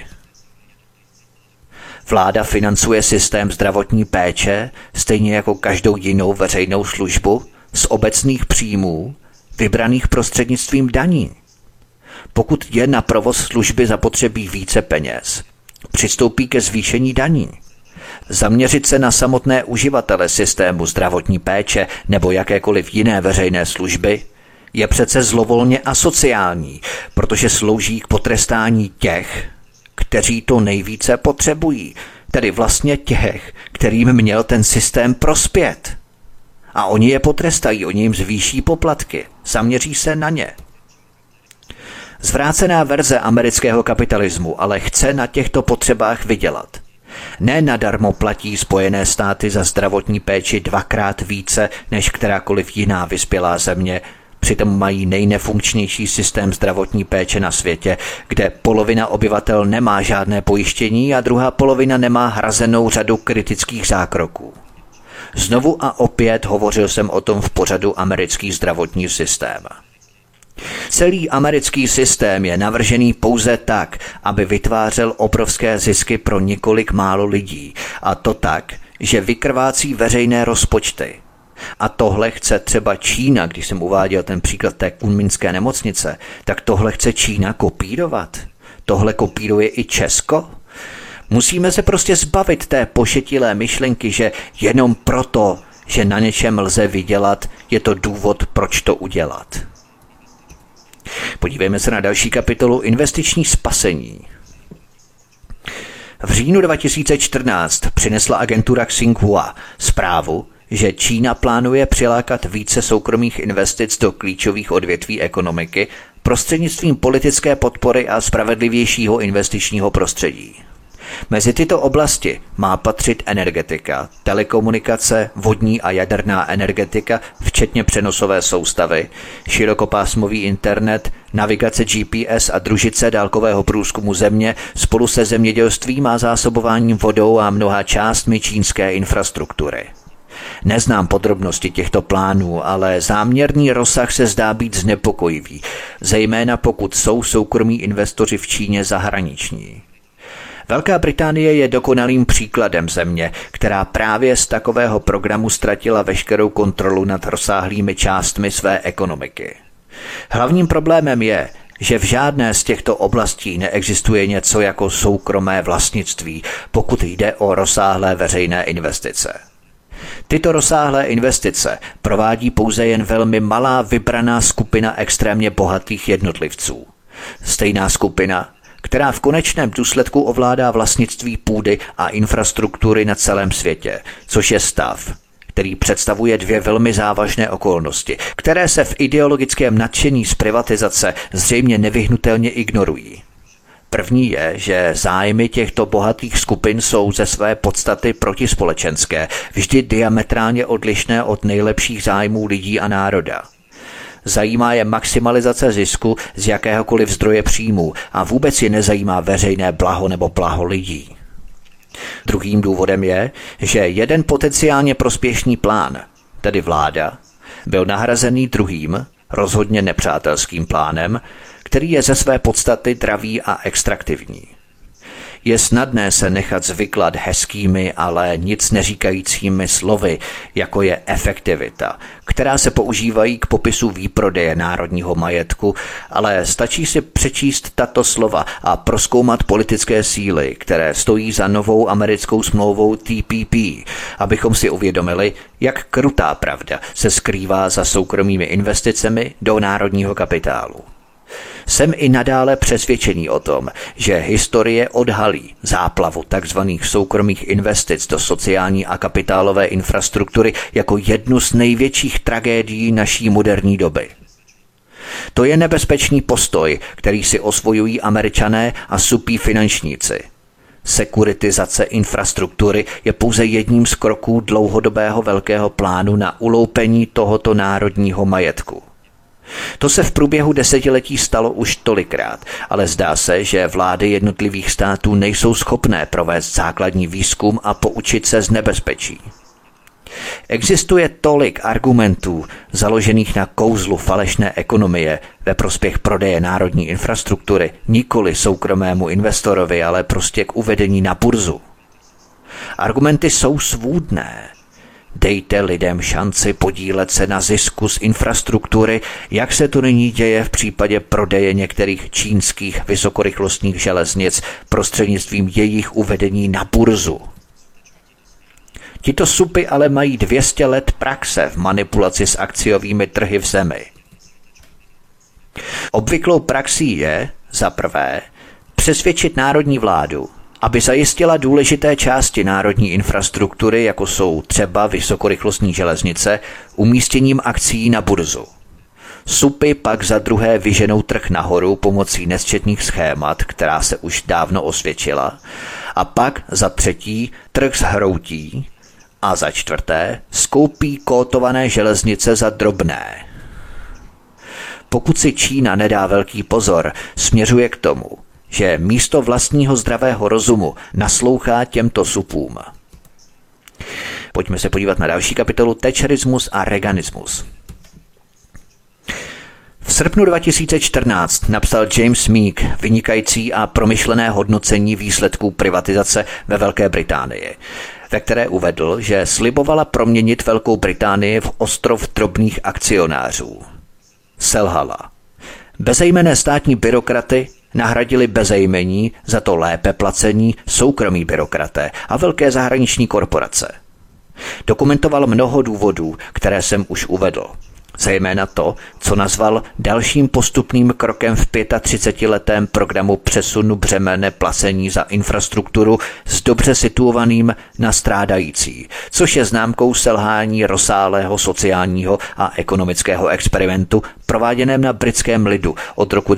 Vláda financuje systém zdravotní péče, stejně jako každou jinou veřejnou službu, z obecných příjmů, vybraných prostřednictvím daní. Pokud je na provoz služby zapotřebí více peněz, přistoupí ke zvýšení daní. Zaměřit se na samotné uživatele systému zdravotní péče nebo jakékoliv jiné veřejné služby je přece zlovolně asociální, protože slouží k potrestání těch, kteří to nejvíce potřebují, tedy vlastně těch, kterým měl ten systém prospět. A oni je potrestají, oni jim zvýší poplatky, zaměří se na ně. Zvrácená verze amerického kapitalismu ale chce na těchto potřebách vydělat. Ne nadarmo platí Spojené státy za zdravotní péči 2krát více než kterákoliv jiná vyspělá země, přitom mají nejnefunkčnější systém zdravotní péče na světě, kde polovina obyvatel nemá žádné pojištění a druhá polovina nemá hrazenou řadu kritických zákroků. Znovu a opět hovořil jsem o tom v pořadu Americký zdravotní systém. Celý americký systém je navržený pouze tak, aby vytvářel obrovské zisky pro několik málo lidí. A to tak, že vykrvácí veřejné rozpočty. A tohle chce třeba Čína, když jsem uváděl ten příklad té kunmingské nemocnice, tak tohle chce Čína kopírovat. Tohle kopíruje i Česko. Musíme se prostě zbavit té pošetilé myšlenky, že jenom proto, že na něčem lze vydělat, je to důvod, proč to udělat. Podívejme se na další kapitolu Investiční spasení. V říjnu 2014 přinesla agentura Xinhua zprávu, že Čína plánuje přilákat více soukromých investic do klíčových odvětví ekonomiky prostřednictvím politické podpory a spravedlivějšího investičního prostředí. Mezi tyto oblasti má patřit energetika, telekomunikace, vodní a jaderná energetika, včetně přenosové soustavy, širokopásmový internet, navigace GPS a družice dálkového průzkumu země spolu se zemědělstvím a zásobováním vodou a mnoha částmi čínské infrastruktury. Neznám podrobnosti těchto plánů, ale záměrný rozsah se zdá být znepokojivý, zejména pokud jsou soukromí investoři v Číně zahraniční. Velká Británie je dokonalým příkladem země, která právě z takového programu ztratila veškerou kontrolu nad rozsáhlými částmi své ekonomiky. Hlavním problémem je, že v žádné z těchto oblastí neexistuje něco jako soukromé vlastnictví, pokud jde o rozsáhlé veřejné investice. Tyto rozsáhlé investice provádí pouze jen velmi malá vybraná skupina extrémně bohatých jednotlivců. Stejná skupina, která v konečném důsledku ovládá vlastnictví půdy a infrastruktury na celém světě, což je stav, který představuje dvě velmi závažné okolnosti, které se v ideologickém nadšení z privatizace zřejmě nevyhnutelně ignorují. První je, že zájmy těchto bohatých skupin jsou ze své podstaty protispolečenské, vždy diametrálně odlišné od nejlepších zájmů lidí a národa. Zajímá je maximalizace zisku z jakéhokoliv zdroje příjmů a vůbec je nezajímá veřejné blaho nebo blaho lidí. Druhým důvodem je, že jeden potenciálně prospěšný plán, tedy vláda, byl nahrazený druhým, rozhodně nepřátelským plánem, který je ze své podstaty dravý a extraktivní. Je snadné se nechat zvyklat hezkými, ale nic neříkajícími slovy, jako je efektivita, která se používají k popisu výprodeje národního majetku, ale stačí si přečíst tato slova a prozkoumat politické síly, které stojí za novou americkou smlouvou TPP, abychom si uvědomili, jak krutá pravda se skrývá za soukromými investicemi do národního kapitálu. Jsem i nadále přesvědčený o tom, že historie odhalí záplavu tzv. Soukromých investic do sociální a kapitálové infrastruktury jako jednu z největších tragédií naší moderní doby. To je nebezpečný postoj, který si osvojují Američané a supí finančníci. Sekuritizace infrastruktury je pouze jedním z kroků dlouhodobého velkého plánu na uloupení tohoto národního majetku. To se v průběhu desetiletí stalo už tolikrát, ale zdá se, že vlády jednotlivých států nejsou schopné provést základní výzkum a poučit se z nebezpečí. Existuje tolik argumentů založených na kouzlu falešné ekonomie ve prospěch prodeje národní infrastruktury, nikoli soukromému investorovi, ale prostě k uvedení na burzu. Argumenty jsou svůdné. Dejte lidem šanci podílet se na zisku z infrastruktury, jak se to nyní děje v případě prodeje některých čínských vysokorychlostních železnic prostřednictvím jejich uvedení na burzu. Tito supy ale mají 200 let praxe v manipulaci s akciovými trhy v zemi. Obvyklou praxí je, za prvé, přesvědčit národní vládu, aby zajistila důležité části národní infrastruktury, jako jsou třeba vysokorychlostní železnice, umístěním akcií na burzu. SUPy pak za druhé vyženou trh nahoru pomocí nesčetných schémat, která se už dávno osvědčila, a pak za třetí trh zhroutí a za čtvrté skoupí kótované železnice za drobné. Pokud si Čína nedá velký pozor, směřuje k tomu, že místo vlastního zdravého rozumu naslouchá těmto SUPům. Pojďme se podívat na další kapitolu Thatcherismus a Reaganismus. V srpnu 2014 napsal James Meek vynikající a promyšlené hodnocení výsledků privatizace ve Velké Británii, ve které uvedl, že slibovala proměnit Velkou Británii v ostrov drobných akcionářů. Selhala. Bezejmenné státní byrokraty nahradili bezejmení, za to lépe placení soukromí byrokraté a velké zahraniční korporace. Dokumentoval mnoho důvodů, které jsem už uvedl. Zejména to, co nazval dalším postupným krokem v 35letém programu přesunu břemene placení za infrastrukturu s dobře situovaným na strádající, což je známkou selhání rozsáhlého sociálního a ekonomického experimentu prováděném na britském lidu od roku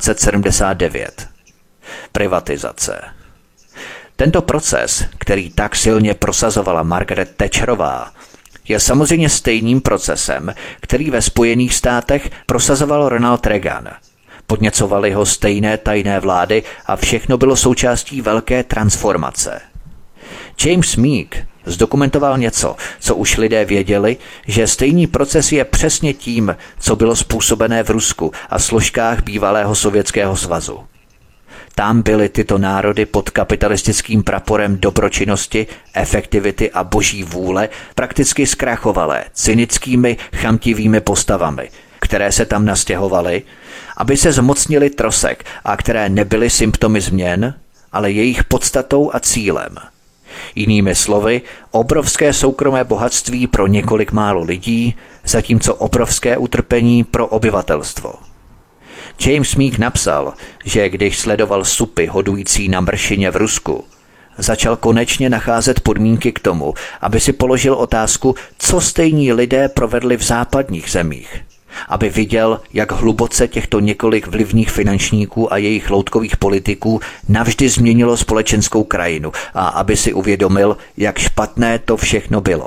1979. Privatizace. Tento proces, který tak silně prosazovala Margaret Thatcherová, je samozřejmě stejným procesem, který ve Spojených státech prosazoval Ronald Reagan. Podněcovaly ho stejné tajné vlády a všechno bylo součástí velké transformace. James Meek zdokumentoval něco, co už lidé věděli, že stejný proces je přesně tím, co bylo způsobené v Rusku a složkách bývalého Sovětského svazu. Tam byly tyto národy pod kapitalistickým praporem dobročinnosti, efektivity a boží vůle prakticky zkrachovalé cynickými, chamtivými postavami, které se tam nastěhovaly, aby se zmocnili trosek a které nebyly symptomy změn, ale jejich podstatou a cílem. Jinými slovy, obrovské soukromé bohatství pro několik málo lidí, zatímco obrovské utrpení pro obyvatelstvo. James Meek napsal, že když sledoval SUPy hodující na mršině v Rusku, začal konečně nacházet podmínky k tomu, aby si položil otázku, co stejní lidé provedli v západních zemích, aby viděl, jak hluboce těchto několik vlivných finančníků a jejich loutkových politiků navždy změnilo společenskou krajinu a aby si uvědomil, jak špatné to všechno bylo.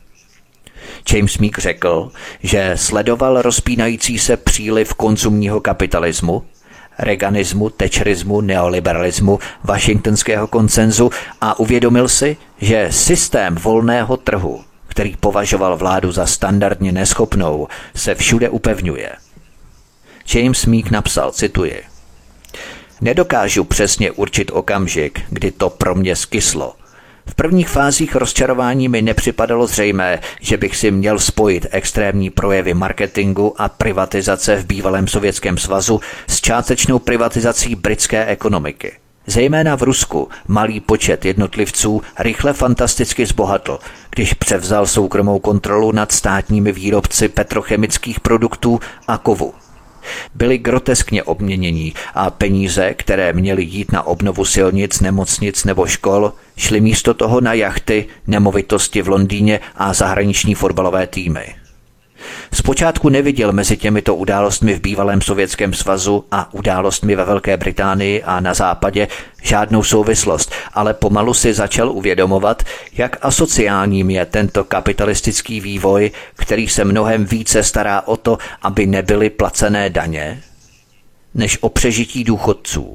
James Meek řekl, že sledoval rozpínající se příliv konzumního kapitalismu, reaganismu, thatcherismu, neoliberalismu, washingtonského konsenzu a uvědomil si, že systém volného trhu, který považoval vládu za standardně neschopnou, se všude upevňuje. James Meek napsal, cituji: "Nedokážu přesně určit okamžik, kdy to pro mě skyslo. V prvních fázích rozčarování mi nepřipadalo zřejmé, že bych si měl spojit extrémní projevy marketingu a privatizace v bývalém Sovětském svazu s částečnou privatizací britské ekonomiky. Zejména v Rusku malý počet jednotlivců rychle fantasticky zbohatl, když převzal soukromou kontrolu nad státními výrobci petrochemických produktů a kovu. Byli groteskně obměnění a peníze, které měly jít na obnovu silnic, nemocnic nebo škol, šly místo toho na jachty, nemovitosti v Londýně a zahraniční fotbalové týmy. Zpočátku neviděl mezi těmito událostmi v bývalém Sovětském svazu a událostmi ve Velké Británii a na západě žádnou souvislost, ale pomalu si začal uvědomovat, jak asociálním je tento kapitalistický vývoj, který se mnohem více stará o to, aby nebyly placené daně, než o přežití důchodců.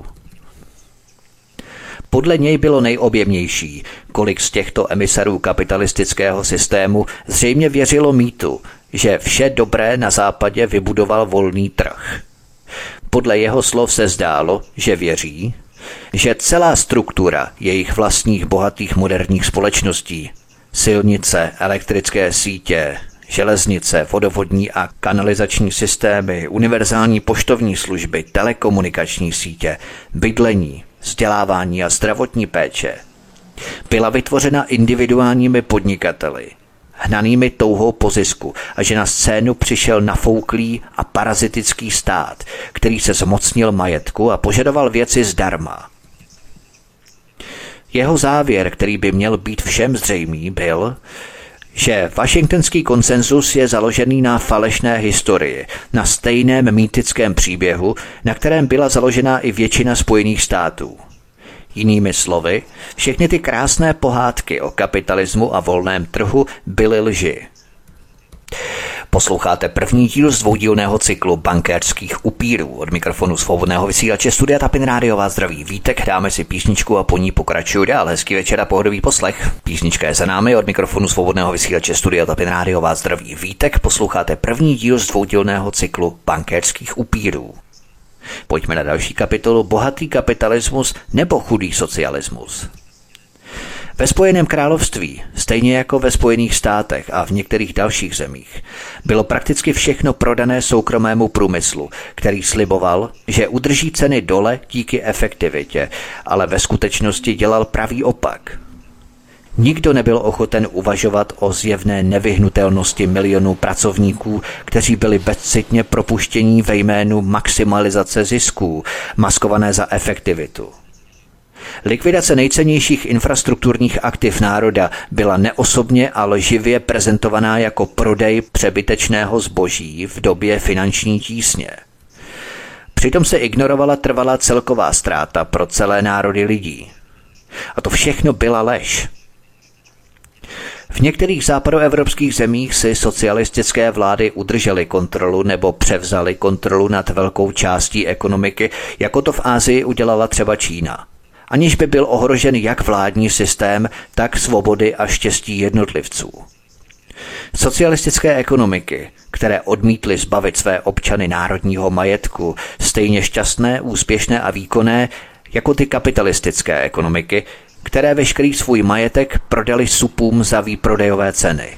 Podle něj bylo nejobjemnější, kolik z těchto emisarů kapitalistického systému zřejmě věřilo mýtu, že vše dobré na západě vybudoval volný trh. Podle jeho slov se zdálo, že věří, že celá struktura jejich vlastních bohatých moderních společností, silnice, elektrické sítě, železnice, vodovodní a kanalizační systémy, univerzální poštovní služby, telekomunikační sítě, bydlení, vzdělávání a zdravotní péče, byla vytvořena individuálními podnikateli, hnanými touhou po zisku, a že na scénu přišel nafouklý a parazitický stát, který se zmocnil majetku a požadoval věci zdarma. Jeho závěr, který by měl být všem zřejmý, byl, že washingtonský konsenzus je založený na falešné historii, na stejném mýtickém příběhu, na kterém byla založena i většina Spojených států. Jinými slovy, všechny ty krásné pohádky o kapitalismu a volném trhu byly lži. Posloucháte první díl z dvoudílného cyklu Bankéřských upírů. Od mikrofonu svobodného vysílače Studia Tapin Rádio vás zdraví Vítek, dáme si písničku a po ní pokračuju dál. Hezký večer a pohodový poslech. Písnička je za námi, od mikrofonu svobodného vysílače Studia Tapin Rádio vás zdraví Vítek. Posloucháte první díl z dvoudílného cyklu Bankéřských upírů. Pojďme na další kapitolu: bohatý kapitalismus nebo chudý socialismus. Ve Spojeném království, stejně jako ve Spojených státech a v některých dalších zemích, bylo prakticky všechno prodané soukromému průmyslu, který sliboval, že udrží ceny dole díky efektivitě, ale ve skutečnosti dělal pravý opak. Nikdo nebyl ochoten uvažovat o zjevné nevyhnutelnosti milionů pracovníků, kteří byli bezcitně propuštění ve jménu maximalizace zisků, maskované za efektivitu. Likvidace nejcennějších infrastrukturních aktiv národa byla neosobně a lživě prezentovaná jako prodej přebytečného zboží v době finanční tísně. Přitom se ignorovala trvalá celková ztráta pro celé národy lidí. A to všechno byla lež. V některých západoevropských zemích si socialistické vlády udržely kontrolu nebo převzaly kontrolu nad velkou částí ekonomiky, jako to v Asii udělala třeba Čína, aniž by byl ohrožen jak vládní systém, tak svobody a štěstí jednotlivců. Socialistické ekonomiky, které odmítly zbavit své občany národního majetku, stejně šťastné, úspěšné a výkonné jako ty kapitalistické ekonomiky, které veškerý svůj majetek prodali supům za výprodejové ceny.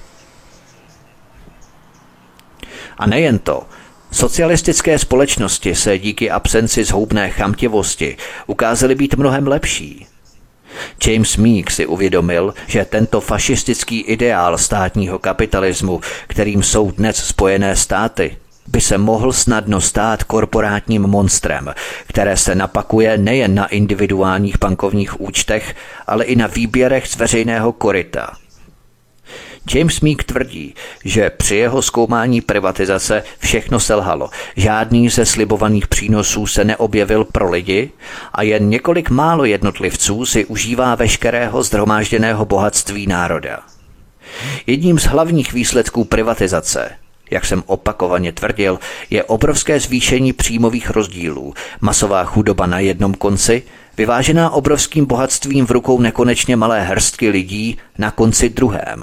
A nejen to, socialistické společnosti se díky absenci zhoubné chamtivosti ukázaly být mnohem lepší. James Meek si uvědomil, že tento fašistický ideál státního kapitalismu, kterým jsou dnes Spojené státy, by se mohl snadno stát korporátním monstrem, které se napakuje nejen na individuálních bankovních účtech, ale i na výběrech z veřejného koryta. James Meek tvrdí, že při jeho zkoumání privatizace všechno selhalo, žádný ze slibovaných přínosů se neobjevil pro lidi a jen několik málo jednotlivců si užívá veškerého shromážděného bohatství národa. Jedním z hlavních výsledků privatizace, jak jsem opakovaně tvrdil, je obrovské zvýšení příjmových rozdílů, masová chudoba na jednom konci, vyvážená obrovským bohatstvím v rukou nekonečně malé hrstky lidí na konci druhém.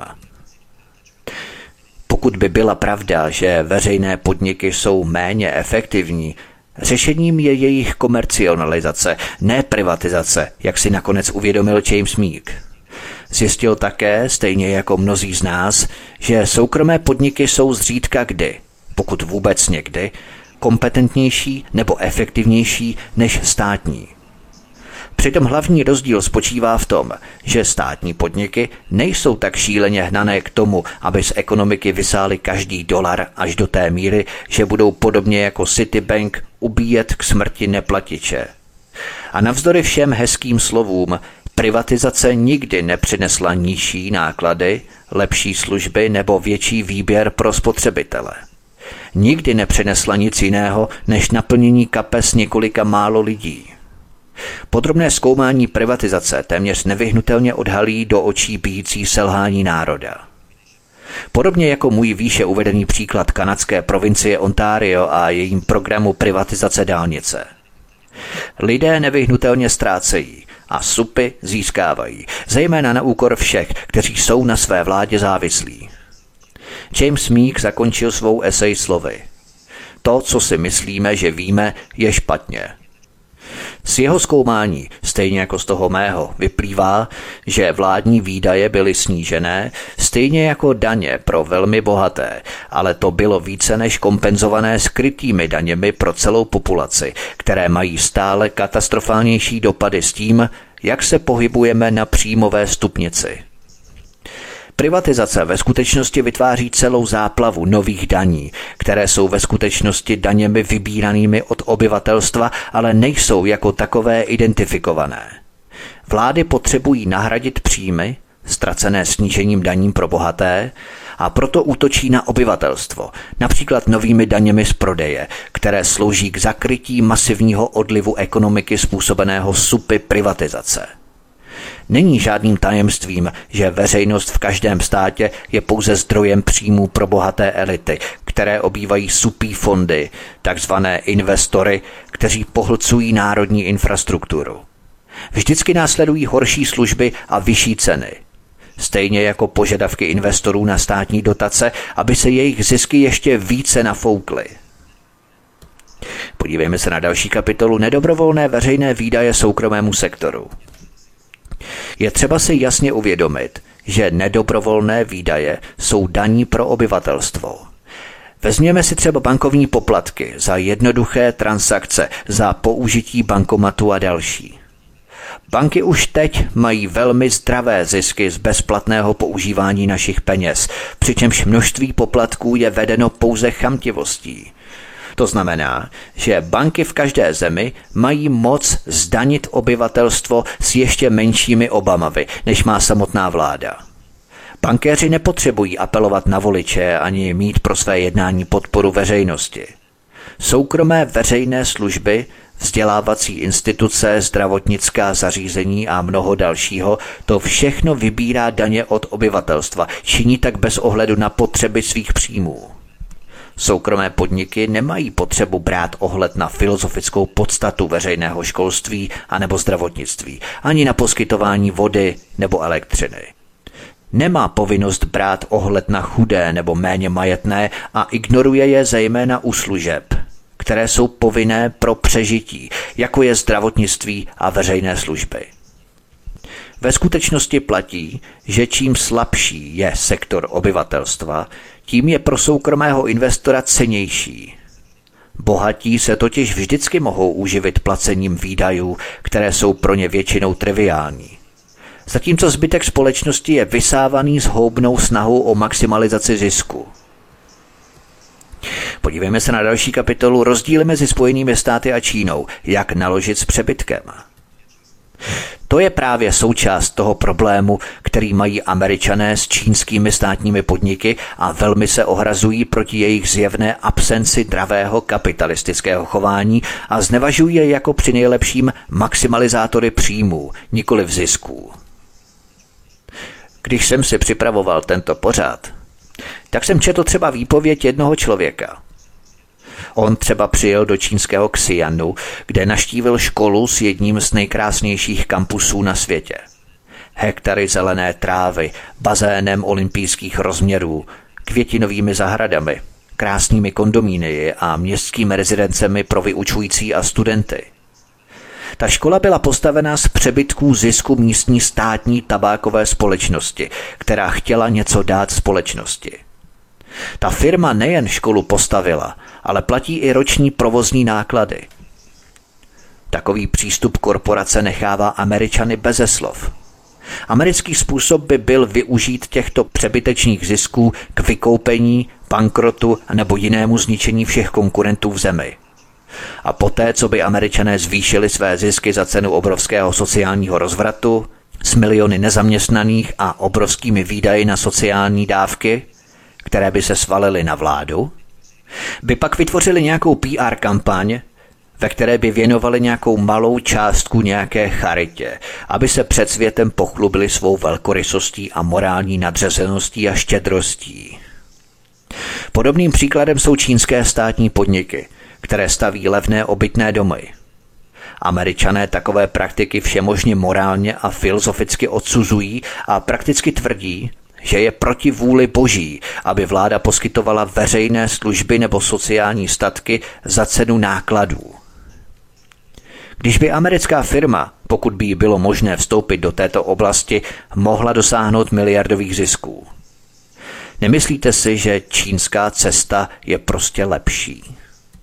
Pokud by byla pravda, že veřejné podniky jsou méně efektivní, řešením je jejich komercionalizace, ne privatizace, jak si nakonec uvědomil James Meek. Zjistil také, stejně jako mnozí z nás, že soukromé podniky jsou zřídka kdy, pokud vůbec někdy, kompetentnější nebo efektivnější než státní. Přitom hlavní rozdíl spočívá v tom, že státní podniky nejsou tak šíleně hnané k tomu, aby z ekonomiky vysály každý dolar až do té míry, že budou podobně jako Citibank ubíjet k smrti neplatiče. A navzdory všem hezkým slovům, privatizace nikdy nepřinesla nižší náklady, lepší služby nebo větší výběr pro spotřebitele. Nikdy nepřinesla nic jiného než naplnění kapes několika málo lidí. Podrobné zkoumání privatizace téměř nevyhnutelně odhalí do očí bijící selhání národa. Podobně jako můj výše uvedený příklad kanadské provincie Ontario a jejím programu privatizace dálnice. Lidé nevyhnutelně ztrácejí a supy získávají, zejména na úkor všech, kteří jsou na své vládě závislí. James Meek zakončil svou esej slovy: to, co si myslíme, že víme, je špatně. Z jeho zkoumání, stejně jako z toho mého, vyplývá, že vládní výdaje byly snížené, stejně jako daně pro velmi bohaté, ale to bylo více než kompenzované skrytými daněmi pro celou populaci, které mají stále katastrofálnější dopady s tím, jak se pohybujeme na příjmové stupnici. Privatizace ve skutečnosti vytváří celou záplavu nových daní, které jsou ve skutečnosti daněmi vybíranými od obyvatelstva, ale nejsou jako takové identifikované. Vlády potřebují nahradit příjmy, ztracené snížením daní pro bohaté, a proto útočí na obyvatelstvo, například novými daněmi z prodeje, které slouží k zakrytí masivního odlivu ekonomiky způsobeného supy privatizace. Není žádným tajemstvím, že veřejnost v každém státě je pouze zdrojem příjmů pro bohaté elity, které obývají supí fondy, takzvané investory, kteří pohlcují národní infrastrukturu. Vždycky následují horší služby a vyšší ceny. Stejně jako požadavky investorů na státní dotace, aby se jejich zisky ještě více nafoukly. Podívejme se na další kapitolu nedobrovolné veřejné výdaje soukromému sektoru. Je třeba si jasně uvědomit, že nedobrovolné výdaje jsou daní pro obyvatelstvo. Vezměme si třeba bankovní poplatky za jednoduché transakce, za použití bankomatu a další. Banky už teď mají velmi zdravé zisky z bezplatného používání našich peněz, přičemž množství poplatků je vedeno pouze chamtivostí. To znamená, že banky v každé zemi mají moc zdanit obyvatelstvo s ještě menšími obavami, než má samotná vláda. Bankéři nepotřebují apelovat na voliče ani mít pro své jednání podporu veřejnosti. Soukromé veřejné služby, vzdělávací instituce, zdravotnická zařízení a mnoho dalšího, to všechno vybírá daně od obyvatelstva, činí tak bez ohledu na potřeby svých příjmů. Soukromé podniky nemají potřebu brát ohled na filozofickou podstatu veřejného školství anebo zdravotnictví, ani na poskytování vody nebo elektřiny. Nemá povinnost brát ohled na chudé nebo méně majetné a ignoruje je zejména u služeb, které jsou povinné pro přežití, jako je zdravotnictví a veřejné služby. Ve skutečnosti platí, že čím slabší je sektor obyvatelstva, tím je pro soukromého investora cennější. Bohatí se totiž vždycky mohou uživit placením výdajů, které jsou pro ně většinou triviální. Zatímco zbytek společnosti je vysávaný zhoubnou snahou o maximalizaci zisku. Podívejme se na další kapitolu rozdíly mezi Spojenými státy a Čínou, jak naložit s přebytkem. To je právě součást toho problému, který mají Američané s čínskými státními podniky a velmi se ohrazují proti jejich zjevné absenci dravého kapitalistického chování a znevažují je jako při nejlepším maximalizátory příjmů, nikoli zisků. Když jsem si připravoval tento pořad, tak jsem četl třeba výpověď jednoho člověka. On třeba přijel do čínského Xi'anu, kde navštívil školu s jedním z nejkrásnějších kampusů na světě. Hektary zelené trávy, bazénem olympijských rozměrů, květinovými zahradami, krásnými kondomíny a městskými rezidencemi pro vyučující a studenty. Ta škola byla postavená z přebytků zisku místní státní tabákové společnosti, která chtěla něco dát společnosti. Ta firma nejen školu postavila, ale platí i roční provozní náklady. Takový přístup korporace nechává Američany beze slov. Americký způsob by byl využít těchto přebytečných zisků k vykoupení, bankrotu nebo jinému zničení všech konkurentů v zemi. A poté, co by Američané zvýšili své zisky za cenu obrovského sociálního rozvratu, s miliony nezaměstnaných a obrovskými výdaji na sociální dávky, které by se svalily na vládu, by pak vytvořili nějakou PR kampaň, ve které by věnovali nějakou malou částku nějaké charitě, aby se před světem pochlubili svou velkorysostí a morální nadřazeností a štědrostí. Podobným příkladem jsou čínské státní podniky, které staví levné obytné domy. Američané takové praktiky všemožně morálně a filozoficky odsuzují a prakticky tvrdí, že je proti vůli Boží, aby vláda poskytovala veřejné služby nebo sociální statky za cenu nákladů. Když by americká firma, pokud by jí bylo možné vstoupit do této oblasti, mohla dosáhnout miliardových zisků. Nemyslíte si, že čínská cesta je prostě lepší?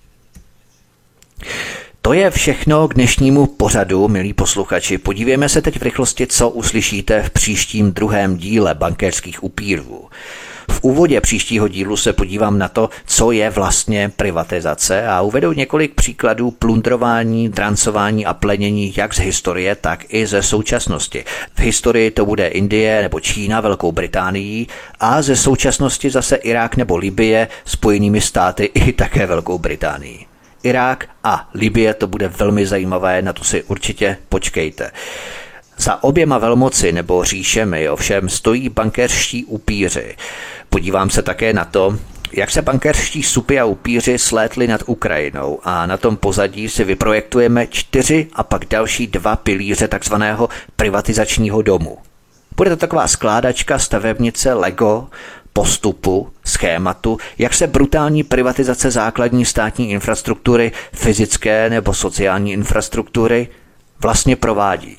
To je všechno k dnešnímu pořadu, milí posluchači. Podívejme se teď v rychlosti, co uslyšíte v příštím druhém díle bankéřských upírů. V úvodě příštího dílu se podívám na to, co je vlastně privatizace a uvedu několik příkladů plundrování, drancování a plenění jak z historie, tak i ze současnosti. V historii to bude Indie nebo Čína, Velkou Británií a ze současnosti zase Irák nebo Libye, Spojenými státy i také Velkou Británií. Irák a Libye, to bude velmi zajímavé, na to si určitě počkejte. Za oběma velmoci nebo říšemi ovšem stojí bankéřští upíři. Podívám se také na to, jak se bankéřští supy a upíři slétli nad Ukrajinou a na tom pozadí si vyprojektujeme 4 a pak další 2 pilíře takzvaného privatizačního domu. Bude to taková skládačka, stavebnice, Lego, postupu, schématu, jak se brutální privatizace základní státní infrastruktury, fyzické nebo sociální infrastruktury vlastně provádí.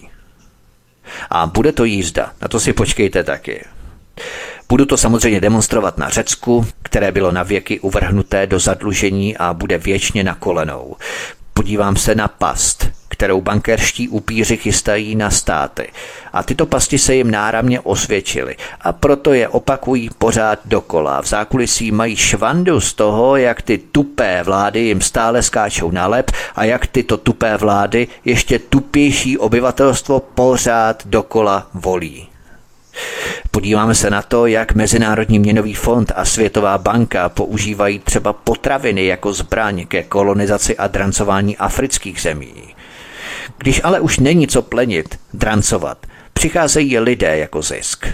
A bude to jízda, na to si počkejte taky. Budu to samozřejmě demonstrovat na Řecku, které bylo na věky uvrhnuté do zadlužení a bude věčně na kolenou. Podívám se na past, kterou bankéřští upíři chystají na státy. A tyto pasti se jim náramně osvědčily a proto je opakují pořád dokola. V zákulisí mají švandu z toho, jak ty tupé vlády jim stále skáčou na lep a jak tyto tupé vlády ještě tupější obyvatelstvo pořád dokola volí. Podíváme se na to, jak Mezinárodní měnový fond a Světová banka používají třeba potraviny jako zbraň ke kolonizaci a drancování afrických zemí. Když ale už není co plenit, drancovat, přicházejí lidé jako zisk.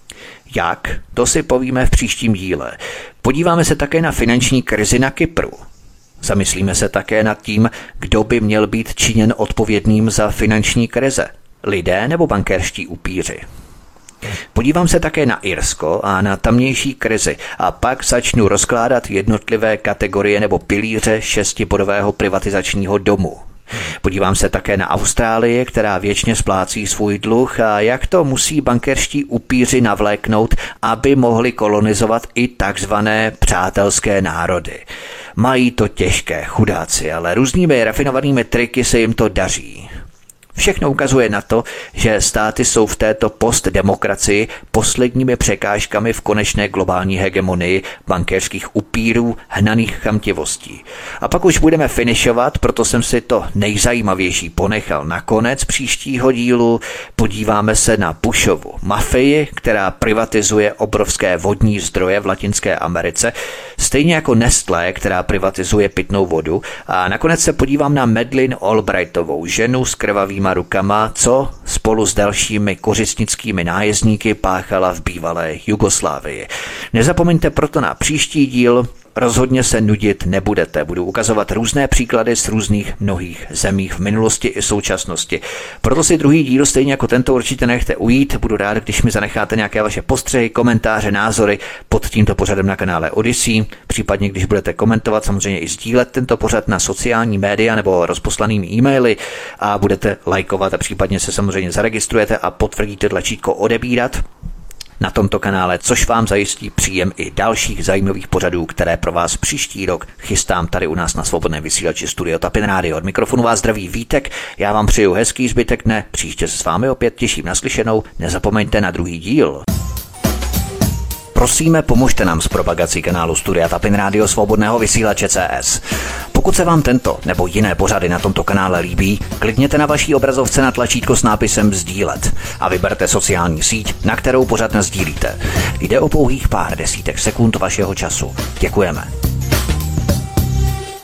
Jak? To si povíme v příštím díle. Podíváme se také na finanční krizi na Kypru. Zamyslíme se také nad tím, kdo by měl být činěn odpovědným za finanční krize. Lidé nebo bankéřští upíři. Podívám se také na Irsko a na tamnější krizi a pak začnu rozkládat jednotlivé kategorie nebo pilíře 6bodového privatizačního domu. Podívám se také na Austrálii, která věčně splácí svůj dluh a jak to musí bankéřští upíři navléknout, aby mohli kolonizovat i takzvané přátelské národy. Mají to těžké, chudáci, ale různými rafinovanými triky se jim to daří. Všechno ukazuje na to, že státy jsou v této postdemokracii posledními překážkami v konečné globální hegemonii bankéřských upírů hnaných chamtivostí. A pak už budeme finišovat, proto jsem si to nejzajímavější ponechal na konec příštího dílu. Podíváme se na Bushovu mafii, která privatizuje obrovské vodní zdroje v Latinské Americe, stejně jako Nestlé, která privatizuje pitnou vodu. A nakonec se podívám na Madeleine Albrightovou, ženu s krvavýma rukama, co spolu s dalšími kořistnickými nájezdníky páchala v bývalé Jugoslávii. Nezapomeňte proto na příští díl, rozhodně se nudit nebudete. Budu ukazovat různé příklady z různých mnohých zemí v minulosti i současnosti. Proto si druhý díl stejně jako tento určitě nechte ujít. Budu rád, když mi zanecháte nějaké vaše postřehy, komentáře, názory pod tímto pořadem na kanále Odyssey. Případně, když budete komentovat, samozřejmě i sdílet tento pořad na sociální média nebo rozposlanými e-maily a budete lajkovat a případně se samozřejmě zaregistrujete a potvrdíte tlačítko odebírat na tomto kanále, což vám zajistí příjem i dalších zajímavých pořadů, které pro vás příští rok chystám tady u nás na Svobodném vysílači Studio Tapin Radio. Od mikrofonu vás zdraví Vítek, já vám přeju hezký zbytek dne, příště se s vámi opět těším na slyšenou, nezapomeňte na druhý díl. Prosíme, pomožte nám s propagací kanálu Studia Tapin Radio Svobodného vysílače CS. Pokud se vám tento nebo jiné pořady na tomto kanále líbí, klikněte na vaší obrazovce na tlačítko s nápisem sdílet a vyberte sociální síť, na kterou pořad nasdílíte. Jde o pouhých pár desítek sekund vašeho času. Děkujeme.